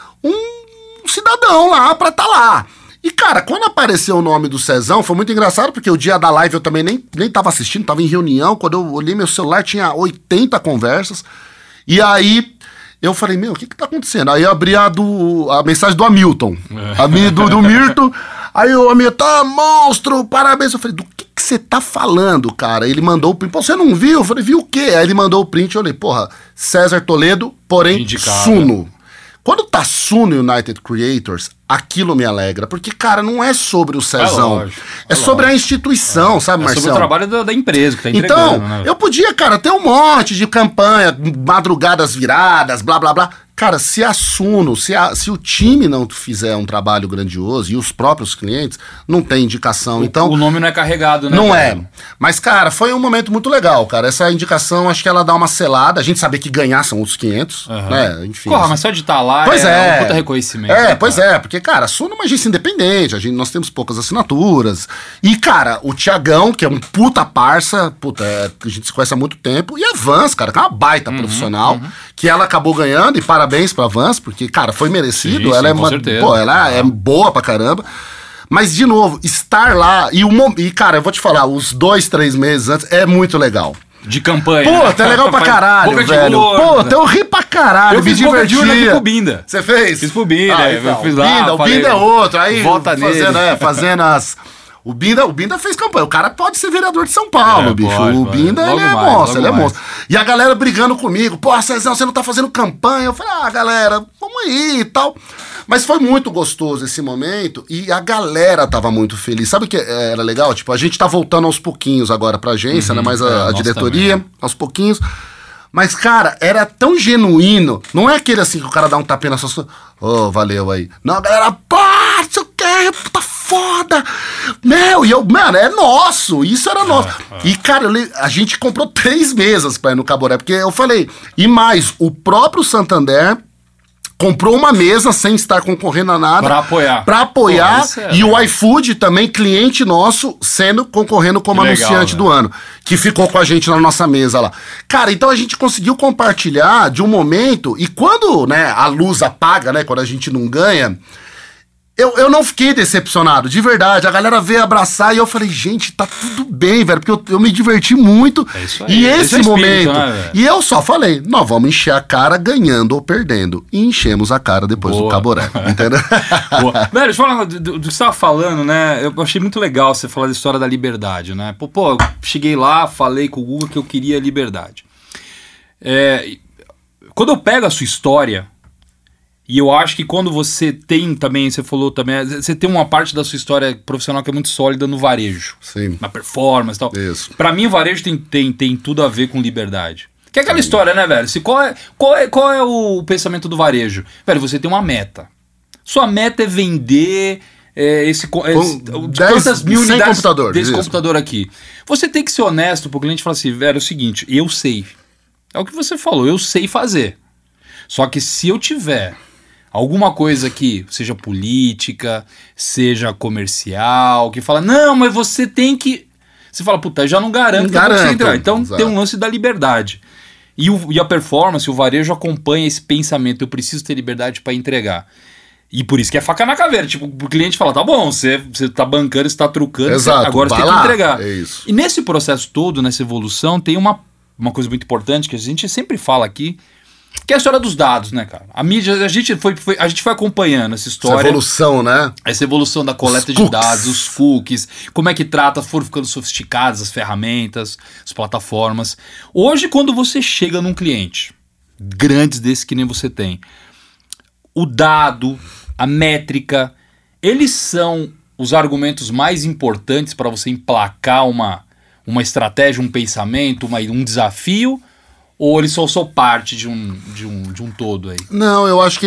um cidadão lá pra estar lá. E, cara, quando apareceu o nome do Cezão, foi muito engraçado, porque o dia da live eu também nem tava assistindo, tava em reunião. Quando eu olhei meu celular, tinha 80 conversas. E aí, eu falei, meu, o que tá acontecendo? Aí eu abri a mensagem do Hamilton, do Mirto. Aí o Hamilton, monstro, parabéns. Eu falei, do que você tá falando, cara? Ele mandou o print. Pô, você não viu? Eu falei, viu o quê? Aí ele mandou o print, eu olhei, porra, César Toledo, porém, indicado. Suno. Quando tá Suno United Creators, aquilo me alegra, porque, cara, não é sobre o Cezão, é sobre a instituição, sabe, Marcelo? É sobre o trabalho da empresa que tá entregando. Então, né? Eu podia, cara, ter um monte de campanha, madrugadas viradas, blá, blá, blá. Cara, se a Suno, se o time não fizer um trabalho grandioso e os próprios clientes, não tem indicação. Então, o nome não é carregado, né? Não é. Mas, cara, foi um momento muito legal, cara. Essa indicação, acho que ela dá uma selada. A gente sabia que ganhar são outros 500, né? Enfim. Porra, mas só de estar lá pois um puta reconhecimento. Pois é. Porque, cara, a Suno é uma agência independente. Nós temos poucas assinaturas. E, cara, o Tiagão, que é um puta parça, a gente se conhece há muito tempo. E a Vans, cara, que é uma baita profissional, que ela acabou ganhando. E parabéns pra Vans, porque, cara, foi merecido. Ela é boa pra caramba. Mas, de novo, estar lá e, cara, eu vou te falar, os 2-3 meses antes é muito legal. De campanha. Pô, é legal pra caralho, velho. Pô, eu ri pra caralho, eu me diverti. Eu fiz pro Binda. Você fez? Fiz pro Binda, então, eu fiz lá. O Binda é outro, aí vota fazendo as... O Binda fez campanha. O cara pode ser vereador de São Paulo, bicho. O Binda, ele é monstro, ele é monstro. E a galera brigando comigo. Pô, Cezão, você não tá fazendo campanha? Eu falei, galera, vamos aí e tal. Mas foi muito gostoso esse momento e a galera tava muito feliz. Sabe o que era legal? Tipo, a gente tá voltando aos pouquinhos agora pra agência, né? Mas a diretoria, também, aos pouquinhos. Mas, cara, era tão genuíno. Não é aquele assim que o cara dá um tapinha nas suas... valeu aí. Não, a galera, pá, não sei o que, puta foda. Meu, e eu, mano, é nosso. Isso era nosso. E, cara, a gente comprou 3 mesas pra ir no Caboré, porque eu falei... E mais, o próprio Santander... comprou uma mesa sem estar concorrendo a nada. Pra apoiar. E o iFood também, cliente nosso, concorrendo como anunciante do ano. Que ficou com a gente na nossa mesa lá. Cara, então a gente conseguiu compartilhar de um momento. E quando, né, a luz apaga, né? Quando a gente não ganha. Eu não fiquei decepcionado, de verdade. A galera veio abraçar e eu falei, gente, tá tudo bem, velho. Porque eu me diverti muito. É isso aí. E esse momento. Né, e eu só falei, nós vamos encher a cara ganhando ou perdendo. E enchemos a cara depois do Caboré. Entendeu? Boa. Velho, deixa eu falar do que você tava falando, né? Eu achei muito legal você falar da história da liberdade, né? Pô, eu cheguei lá, falei com o Guga que eu queria liberdade. Quando eu pego a sua história. E eu acho que quando você tem também, você falou também, você tem uma parte da sua história profissional que é muito sólida no varejo. Sim. Na performance e tal. Isso. Pra mim, o varejo tem tudo a ver com liberdade. Que é aquela história, né, velho? Qual é o pensamento do varejo? Velho, você tem uma meta. Sua meta é vender quantas mil unidades desse computador aqui. Você tem que ser honesto pro cliente e falar assim, velho, é o seguinte, eu sei. É o que você falou, eu sei fazer. Só que se eu tiver alguma coisa que seja política, seja comercial, que fala, não, mas você tem que... Você fala, puta, eu já não garanto que eu consigo entrar. Então tem um lance da liberdade. E a performance, o varejo acompanha esse pensamento, eu preciso ter liberdade para entregar. E por isso que é faca na caveira. Tipo, o cliente fala, tá bom, você tá bancando, você tá trucando, agora você tem que entregar. É isso. E nesse processo todo, nessa evolução, tem uma coisa muito importante que a gente sempre fala aqui, que é a história dos dados, né, cara? A mídia, a gente foi acompanhando essa história. Essa evolução, né? Essa evolução da coleta de dados, os cookies, como é que trata, foram ficando sofisticadas as ferramentas, as plataformas. Hoje, quando você chega num cliente, grandes desses que nem você tem, o dado, a métrica, eles são os argumentos mais importantes para você emplacar uma estratégia, um pensamento, um desafio, ou eles são só parte de um todo aí? Não, eu acho que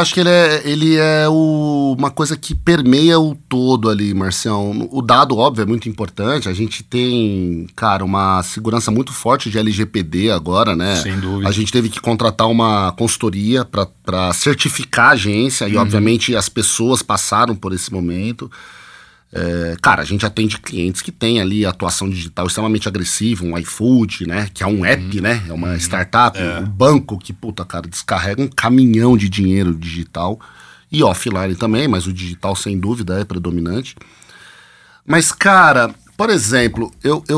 ele é uma coisa que permeia o todo ali, Marcião. O dado, óbvio, é muito importante. A gente tem, cara, uma segurança muito forte de LGPD agora, né? Sem dúvida. A gente teve que contratar uma consultoria para certificar a agência e, obviamente, as pessoas passaram por esse momento. Cara, a gente atende clientes que têm ali atuação digital extremamente agressiva, um iFood, né, que é um app, né, é uma startup, o banco que, puta, cara, descarrega um caminhão de dinheiro digital e offline também, mas o digital sem dúvida é predominante. Mas, cara, por exemplo,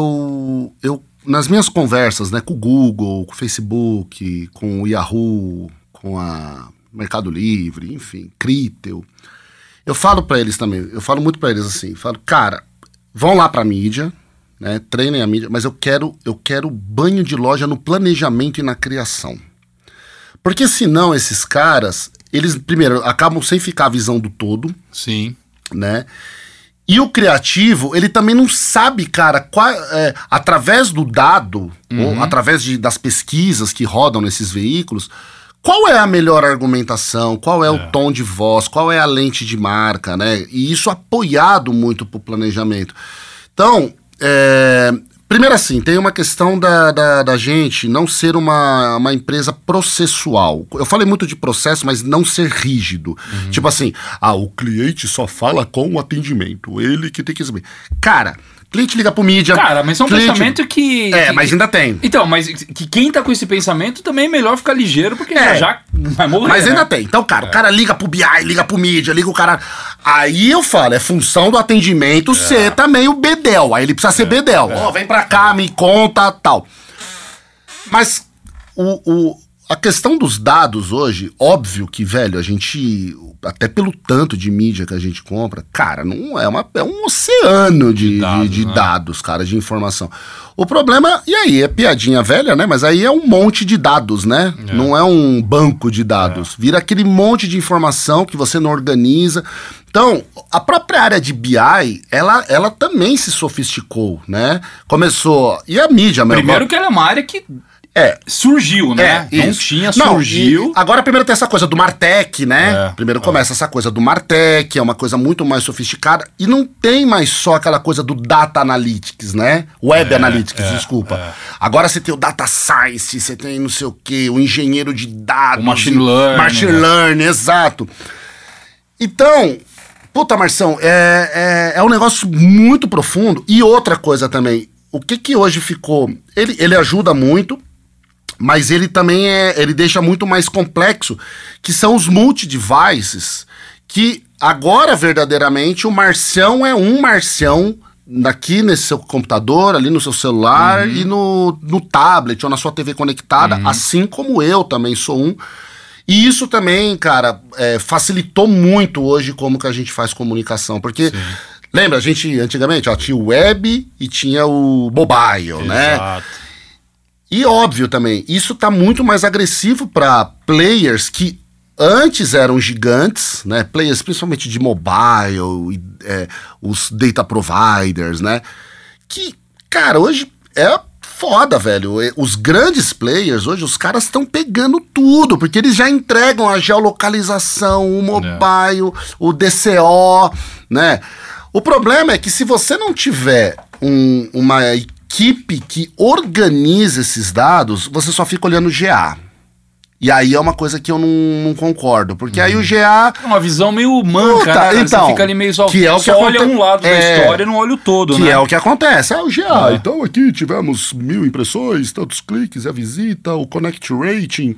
eu nas minhas conversas, né, com o Google, com o Facebook, com o Yahoo, com a Mercado Livre, enfim, Critel, eu falo pra eles também, eu falo muito pra eles assim, falo, cara, vão lá pra mídia, né, treinem a mídia, mas eu quero banho de loja no planejamento e na criação. Porque senão esses caras, eles, primeiro, acabam sem ficar a visão do todo. Sim. Né? E o criativo, ele também não sabe, cara, através do dado, ou através das pesquisas que rodam nesses veículos, qual é a melhor argumentação, qual é o tom de voz, qual é a lente de marca, né? E isso apoiado muito pro planejamento. Então, primeiro assim, tem uma questão da gente não ser uma empresa processual. Eu falei muito de processo, mas não ser rígido. Tipo assim, o cliente só fala com o atendimento, ele que tem que saber. Cara, cliente liga pro mídia. Cara, mas é um pensamento que... mas ainda tem. Então, mas que quem tá com esse pensamento também é melhor ficar ligeiro, porque já vai morrer. Mas ainda tem. Então, cara, o cara liga pro BI, liga pro mídia, liga o cara... Aí eu falo, é função do atendimento ser também o bedel. Aí ele precisa ser bedel. Vem pra cá, me conta, tal. Mas a questão dos dados hoje, óbvio que, velho, a gente... Até pelo tanto de mídia que a gente compra, cara, não é um oceano de dados, cara, de informação. O problema, e aí, é piadinha velha, né? Mas aí é um monte de dados, né? Não é um banco de dados. Vira aquele monte de informação que você não organiza. Então, a própria área de BI, ela também se sofisticou, né? Começou... E a mídia... Primeiro que ela é uma área que... surgiu, né? Não tinha, surgiu. Agora primeiro tem essa coisa do Martech, né? Primeiro começa essa coisa do Martech, é uma coisa muito mais sofisticada. E não tem mais só aquela coisa do Data Analytics, né? Web Analytics, desculpa. Agora você tem o Data Science, você tem não sei o quê, o engenheiro de dados. O Machine Learning. Machine Learning, exato. Então, puta, Marção, é um negócio muito profundo. E outra coisa também, o que hoje ficou... Ele ajuda muito, mas ele também ele deixa muito mais complexo, que são os multi-devices, que agora, verdadeiramente, o Marcião é um Marcião aqui nesse seu computador, ali no seu celular e no tablet ou na sua TV conectada, assim como eu também sou um. E isso também, cara, facilitou muito hoje como que a gente faz comunicação, porque... Sim. Lembra, a gente antigamente tinha o web e tinha o mobile, né? Exato. E óbvio também, isso tá muito mais agressivo para players que antes eram gigantes, né? Players principalmente de mobile, os data providers, né? Que, cara, hoje é foda, velho. Os grandes players hoje, os caras estão pegando tudo, porque eles já entregam a geolocalização, o mobile, o DCO, né? O problema é que se você não tiver uma equipe que organiza esses dados, você só fica olhando o GA. E aí é uma coisa que eu não concordo, porque aí o GA... É uma visão meio manca, né? Então, você fica ali meio só, que é o que olha um lado da história e não olha o todo, que né? é o que acontece. O GA, então aqui tivemos 1000 impressões, tantos cliques, a visita, o connect rating.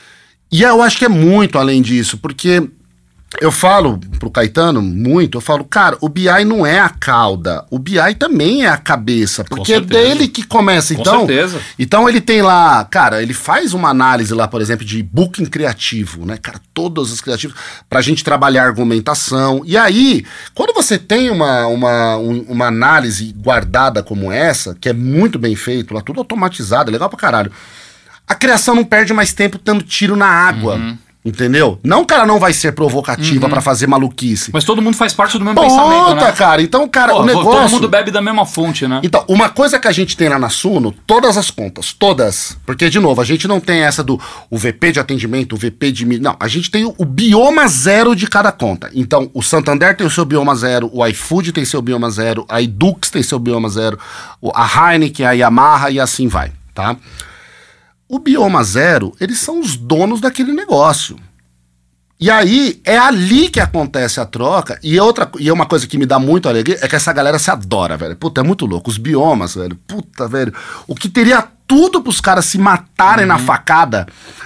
E eu acho que é muito além disso, porque... Eu falo pro Caetano muito, eu falo, cara, o BI não é a cauda, o BI também é a cabeça, porque é dele que começa, então. Com certeza. Então ele tem lá, cara, ele faz uma análise lá, por exemplo, de booking criativo, né, cara, todos os criativos, pra gente trabalhar argumentação, e aí, quando você tem uma análise guardada como essa, que é muito bem feito, lá tudo automatizado, é legal pra caralho, a criação não perde mais tempo dando tiro na água. Entendeu? Não que ela não vai ser provocativa pra fazer maluquice. Mas todo mundo faz parte do mesmo pensamento, né? Cara. Então, cara, o negócio... Todo mundo bebe da mesma fonte, né? Então, uma coisa que a gente tem lá na Suno, todas as contas, todas. Porque, de novo, a gente não tem essa do o VP de atendimento, o VP de... Não, a gente tem o bioma zero de cada conta. Então, o Santander tem o seu bioma zero, o iFood tem seu bioma zero, a Edux tem seu bioma zero, a Heineken, a Yamaha e assim vai, tá? O bioma zero, eles são os donos daquele negócio. E aí, é ali que acontece a troca. E uma coisa que me dá muito alegria é que essa galera se adora, velho. Puta, é muito louco. Os biomas, velho. Puta, velho. O que teria tudo pros caras se matarem na facada,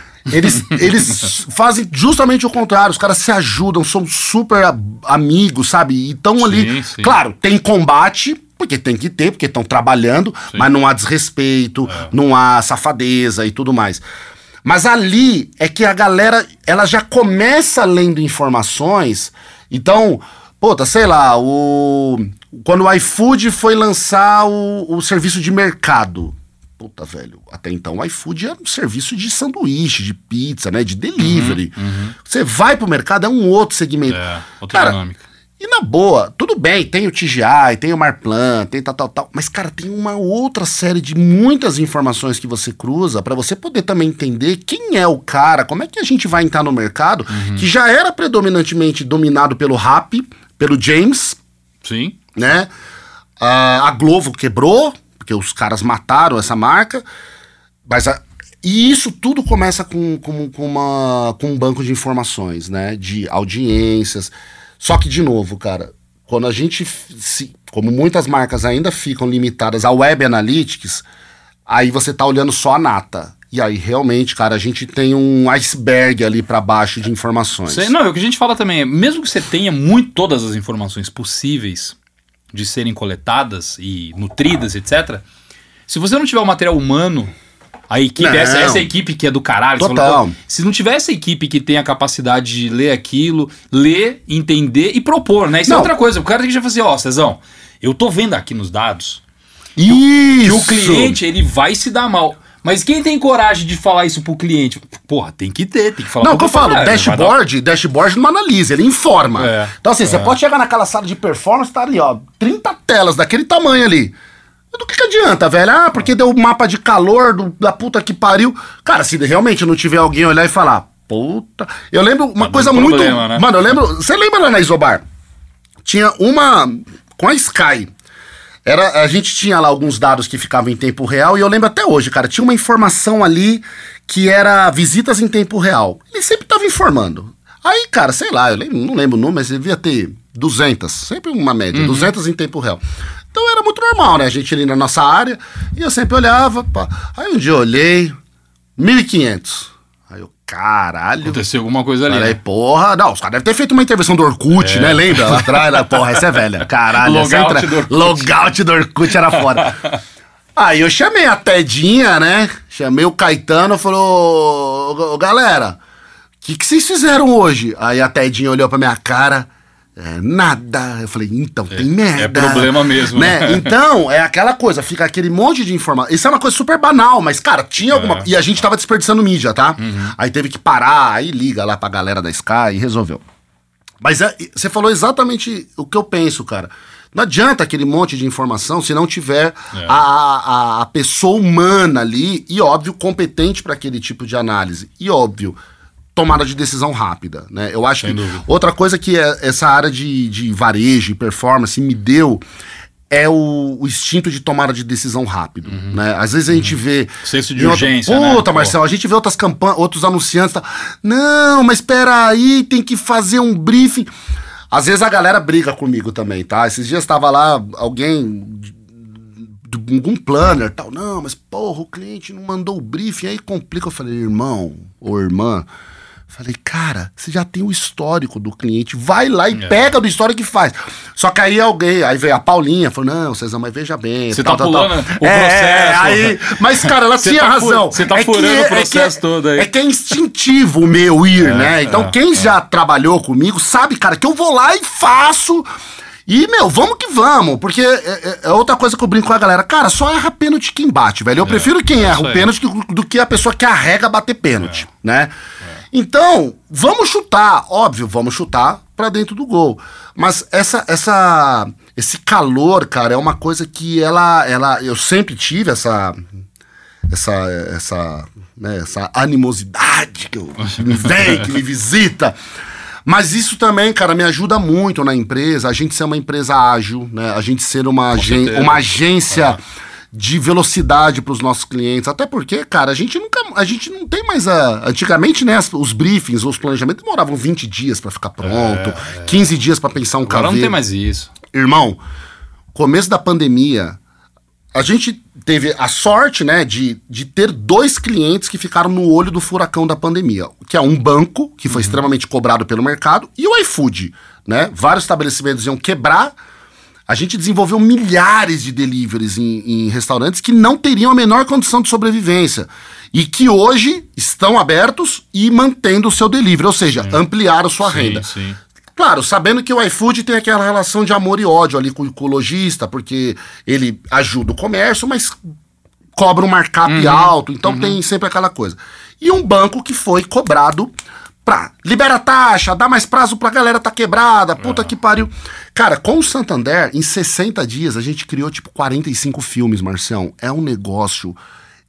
eles fazem justamente o contrário. Os caras se ajudam, são super amigos, sabe? E estão ali. Sim. Claro, tem combate... Porque tem que ter, porque estão trabalhando, mas não há desrespeito, não há safadeza e tudo mais. Mas ali é que a galera, ela já começa lendo informações. Então, puta, sei lá, quando o iFood foi lançar o serviço de mercado. Puta, velho, até então o iFood era um serviço de sanduíche, de pizza, né, de delivery. Você vai pro mercado, é um outro segmento. Outra dinâmica. E na boa, tudo bem, tem o TGI, tem o Marplan, tem tal, mas cara, tem uma outra série de muitas informações que você cruza pra você poder também entender quem é o cara, como é que a gente vai entrar no mercado, que já era predominantemente dominado pelo Rappi, pelo James. Sim. Né? A Glovo quebrou, porque os caras mataram essa marca, e isso tudo começa com um banco de informações, né? De audiências. Só que, de novo, cara, quando a gente, como muitas marcas ainda ficam limitadas ao Web Analytics, aí você tá olhando só a nata. E aí, realmente, cara, a gente tem um iceberg ali pra baixo de informações. Não, o que a gente fala também é, mesmo que você tenha todas as informações possíveis de serem coletadas e nutridas, etc., se você não tiver o material humano... A equipe, essa equipe que é do caralho. Total. Se não tiver essa equipe que tem a capacidade de ler aquilo, ler, entender e propor, né? Isso é outra coisa. O cara tem que já fazer, Cezão, eu tô vendo aqui nos dados que o cliente, ele vai se dar mal. Mas quem tem coragem de falar isso pro cliente? Porra, tem que falar. Não, o que eu falo, dashboard não analisa, ele informa. Então assim, você pode chegar naquela sala de performance, tá ali, 30 telas daquele tamanho ali. Do que adianta, velho? Porque deu mapa de calor da puta que pariu. Cara, se realmente não tiver alguém olhar e falar, puta... Eu lembro uma coisa muito... Problema, né? Mano, eu lembro... Você lembra lá na Isobar? Tinha uma... Com a Sky. A gente tinha lá alguns dados que ficavam em tempo real, e eu lembro até hoje, cara, tinha uma informação ali que era visitas em tempo real. Ele sempre tava informando. Aí, cara, sei lá, não lembro o número, mas devia ter 200, sempre uma média, 200 em tempo real. Então era muito normal, né? A gente ali na nossa área, e eu sempre olhava, pá. Aí um dia eu olhei, 1.500. Aí eu, caralho. Aconteceu alguma coisa ali. Falei, Né? porra, não, os caras devem ter feito uma intervenção do Orkut, né? Lembra? Lá atrás, né? Porra, essa é velha. Caralho, Logout do Orkut. Logout do Orkut era foda. Aí eu chamei a Tedinha, né? Chamei o Caetano e falou: ô, galera, o que vocês fizeram hoje? Aí a Tedinha olhou pra minha cara. Nada. Eu falei, então tem merda. É problema mesmo. Né? Então, é aquela coisa, fica aquele monte de informação. Isso é uma coisa super banal, mas, cara, tinha alguma. E a gente tava desperdiçando mídia, tá? Aí teve que parar, aí liga lá pra galera da Sky e resolveu. Mas você falou exatamente o que eu penso, cara. Não adianta aquele monte de informação se não tiver a pessoa humana ali, e óbvio, competente para aquele tipo de análise. E óbvio, tomada de decisão rápida, né? Eu acho que outra coisa que essa área de varejo e performance me deu é o instinto de tomada de decisão rápido, né? Às vezes a gente vê... Senso de urgência, Puta, Marcelo, a gente vê outras campanhas, outros anunciantes, tá? Não, mas espera aí, tem que fazer um briefing. Às vezes a galera briga comigo também, tá? Esses dias tava lá alguém... algum planner, tal, não, mas porra, o cliente não mandou o briefing, aí complica. Eu falei, irmão ou irmã, falei, cara, você já tem o histórico do cliente, vai lá e pega do histórico e faz. Só que aí aí veio a Paulinha, falou, não, Cezão, mas veja bem. Você tá pulando o processo. Aí, mas, cara, ela tinha razão. Você tá furando o processo todo aí. É que é instintivo o meu né? Então, quem já trabalhou comigo sabe, cara, que eu vou lá e faço... E, meu, vamos que vamos, porque é outra coisa que eu brinco com a galera. Cara, só erra pênalti quem bate, velho. Eu prefiro quem erra o pênalti do que a pessoa que arrega bater pênalti, né? Então, vamos chutar, óbvio, vamos chutar pra dentro do gol. Mas esse calor, cara, é uma coisa que eu sempre tive essa animosidade que me vem, que me visita. Mas isso também, cara, me ajuda muito na empresa, a gente ser uma empresa ágil, né? A gente ser uma agência de velocidade para os nossos clientes. Até porque, cara, a gente não tem mais antigamente, né, os briefings, os planejamentos demoravam 20 dias para ficar pronto, 15 dias para pensar um Agora caveiro. não tem mais isso. Irmão, começo da pandemia, a gente teve a sorte, né, de ter 2 clientes que ficaram no olho do furacão da pandemia, que é um banco, que foi extremamente cobrado pelo mercado, e o iFood, né? Vários estabelecimentos iam quebrar. A gente desenvolveu milhares de deliveries em restaurantes que não teriam a menor condição de sobrevivência e que hoje estão abertos e mantendo o seu delivery, ou seja, ampliaram sua renda. Sim. Claro, sabendo que o iFood tem aquela relação de amor e ódio ali com o lojista, porque ele ajuda o comércio, mas cobra um markup alto, então tem sempre aquela coisa. E um banco que foi cobrado pra libera taxa, dá mais prazo pra galera tá quebrada, puta que pariu. Cara, com o Santander, em 60 dias, a gente criou tipo 45 filmes, Marcião. É um negócio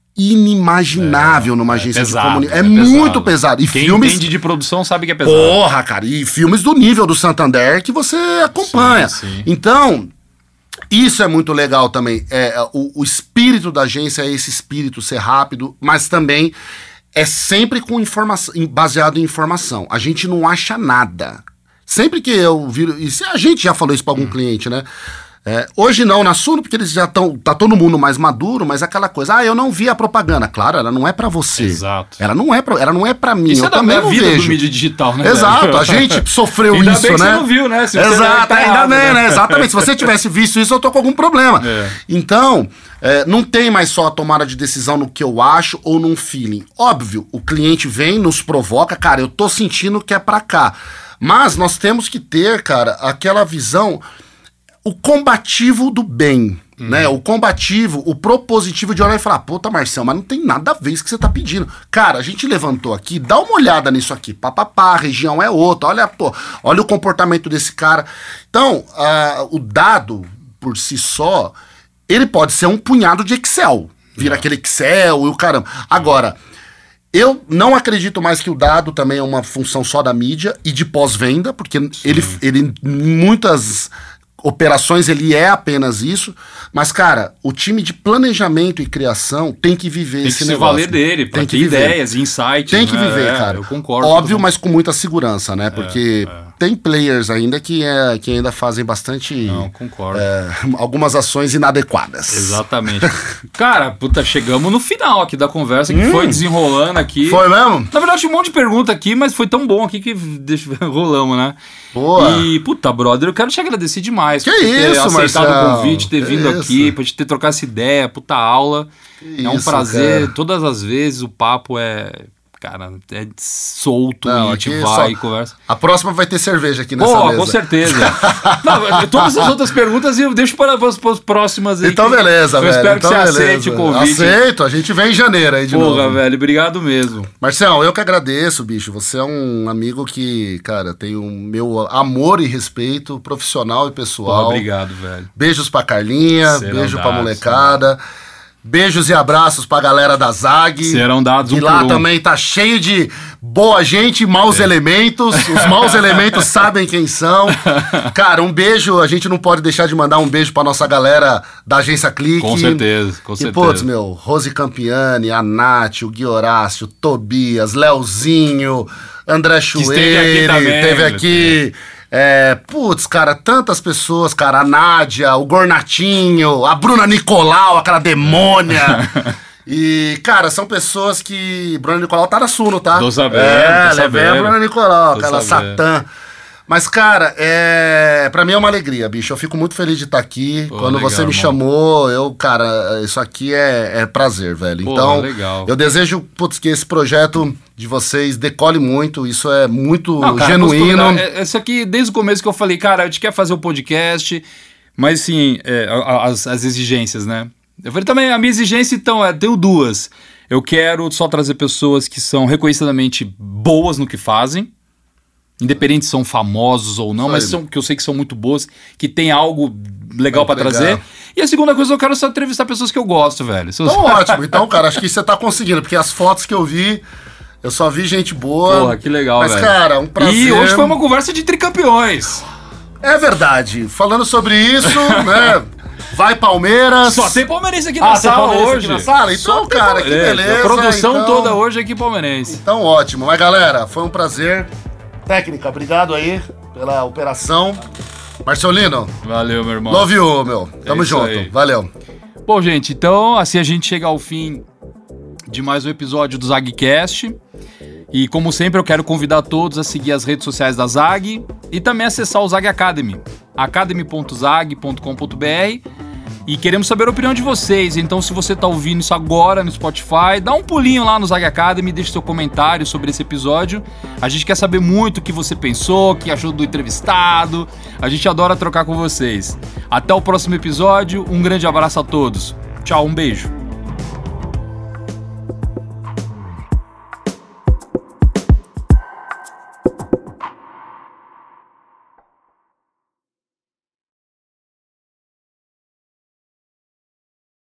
inimaginável numa agência de comunicação. É muito pesado. E quem filmes... entende de produção sabe que é pesado. Porra, cara, e filmes do nível do Santander que você acompanha. Sim. Então, isso é muito legal também. O espírito da agência é esse espírito ser rápido, mas também é sempre com informação, baseado em informação. A gente não acha nada. Sempre que eu viro... E a gente já falou isso para algum cliente, né? Hoje não, na Suno, porque eles já estão... Tá todo mundo mais maduro, mas aquela coisa... eu não vi a propaganda. Claro, ela não é pra você. Exato. Ela não é pra mim. Isso eu também não vida vejo. do mídia digital, né? Exato, velho? a gente sofreu ainda isso, bem que né? você não viu, né? Se Exato, tá ainda errado, bem, né? né? Exatamente. Se você tivesse visto isso, eu tô com algum problema. Então, não tem mais só a tomada de decisão no que eu acho ou num feeling. Óbvio, o cliente vem, nos provoca, cara, eu tô sentindo que é pra cá. Mas nós temos que ter, cara, aquela visão... O combativo do bem, né? O combativo, o propositivo de olhar e falar, puta, Marcelo, mas não tem nada a ver isso que você tá pedindo. Cara, a gente levantou aqui, dá uma olhada nisso aqui. Papapá, a região é outra. Olha o comportamento desse cara. Então, o dado, por si só, ele pode ser um punhado de Excel. Vira aquele Excel e o caramba. Agora, eu não acredito mais que o dado também é uma função só da mídia e de pós-venda, porque ele muitas... operações, ele é apenas isso, mas, cara, o time de planejamento e criação tem que viver esse negócio. Tem que se valer dele, pra ter ideias, insights. Tem que viver, cara. Eu concordo. Óbvio, mas com muita segurança, né? Porque tem players ainda que ainda fazem bastante... Não, concordo. Algumas ações inadequadas. Exatamente. Cara, puta, chegamos no final aqui da conversa, que foi desenrolando aqui. Foi mesmo? Na verdade, tinha um monte de pergunta aqui, mas foi tão bom aqui que rolamos, né? Boa. E, puta, brother, eu quero te agradecer demais que por ter isso, aceitado Marcelo. o convite, ter vindo aqui, por ter trocado essa ideia, puta aula. É um prazer, cara. todas as vezes o papo é... Cara, é solto. Não, e a gente aqui vai só- e conversa. A próxima vai ter cerveja aqui nessa Pô, mesa. com certeza. Não, todas as outras perguntas eu deixo para as próximas aí. Então que beleza, eu velho. espero então que você beleza. aceite o convite. Aceito, a gente vem em janeiro aí de Porra, novo. velho, obrigado mesmo. Marcelo, eu que agradeço, bicho. Você é um amigo que, cara, tem o meu amor e respeito profissional e Porra, pessoal. obrigado, velho. Beijos pra Carlinha, Serão beijo pra dados, molecada. Beijos e abraços pra galera da ZAG. Serão dados E um lá por um. também tá cheio de boa gente e maus elementos. Os maus elementos sabem quem são. Cara, um beijo. A gente não pode deixar de mandar um beijo pra nossa galera da Agência Clique. Com certeza, com E, certeza. putz, meu, Rose Campiani, a Nath, o Gui Horácio, Tobias, Leozinho, André Chueire, esteve aqui também, teve aqui. Putz, cara, tantas pessoas, cara, a Nádia, o Gornatinho, a Bruna Nicolau, aquela demônia. E, cara, são pessoas que... Bruna Nicolau tá na Suno, tá? Tô sabendo, tô levei a sabendo. Bruna Nicolau, Tô aquela sabendo. satã. Mas, cara, pra mim é uma alegria, bicho. Eu fico muito feliz de estar aqui. Pô, Quando legal, você me irmão. chamou, cara, isso aqui é prazer, velho. Pô, Então, legal. eu desejo, putz, que esse projeto de vocês decole muito. Isso é muito Não, cara, genuíno. Isso aqui, desde o começo que eu falei, cara, a gente quer fazer o podcast, mas sim, as exigências, né? Eu falei também, a minha exigência, então, tenho duas. Eu quero só trazer pessoas que são reconhecidamente boas no que fazem, independente se são famosos ou não, Isso mas aí. são, que eu sei que são muito boas, que tem algo legal pra Legal. trazer. E a segunda coisa, eu quero só entrevistar pessoas que eu gosto, velho. Então, ótimo. Então, cara, acho que você tá conseguindo, porque as fotos que eu vi, eu só vi gente boa. Porra, que legal, Mas, velho. cara, um prazer. E hoje foi uma conversa de tricampeões. É verdade. Falando sobre isso, né? Vai Palmeiras. Só tem palmeirense aqui na tem sala palmeirense hoje. aqui na sala? Então, Só tem cara, que palmeirense. beleza, A produção então. toda hoje é aqui palmeirense. Então, ótimo. Mas, galera, foi um prazer. Técnica, obrigado aí pela operação. Marcelino, Valeu, meu irmão. love you, meu. Tamo isso junto. aí. Valeu. Bom, gente, então assim a gente chega ao fim de mais um episódio do ZagCast. E como sempre eu quero convidar todos a seguir as redes sociais da Zag e também acessar o Zag Academy, academy.zag.com.br. E queremos saber a opinião de vocês, então se você está ouvindo isso agora no Spotify, dá um pulinho lá no Zag Academy, deixe seu comentário sobre esse episódio. A gente quer saber muito o que você pensou, o que achou do entrevistado, a gente adora trocar com vocês. Até o próximo episódio, um grande abraço a todos. Tchau, um beijo.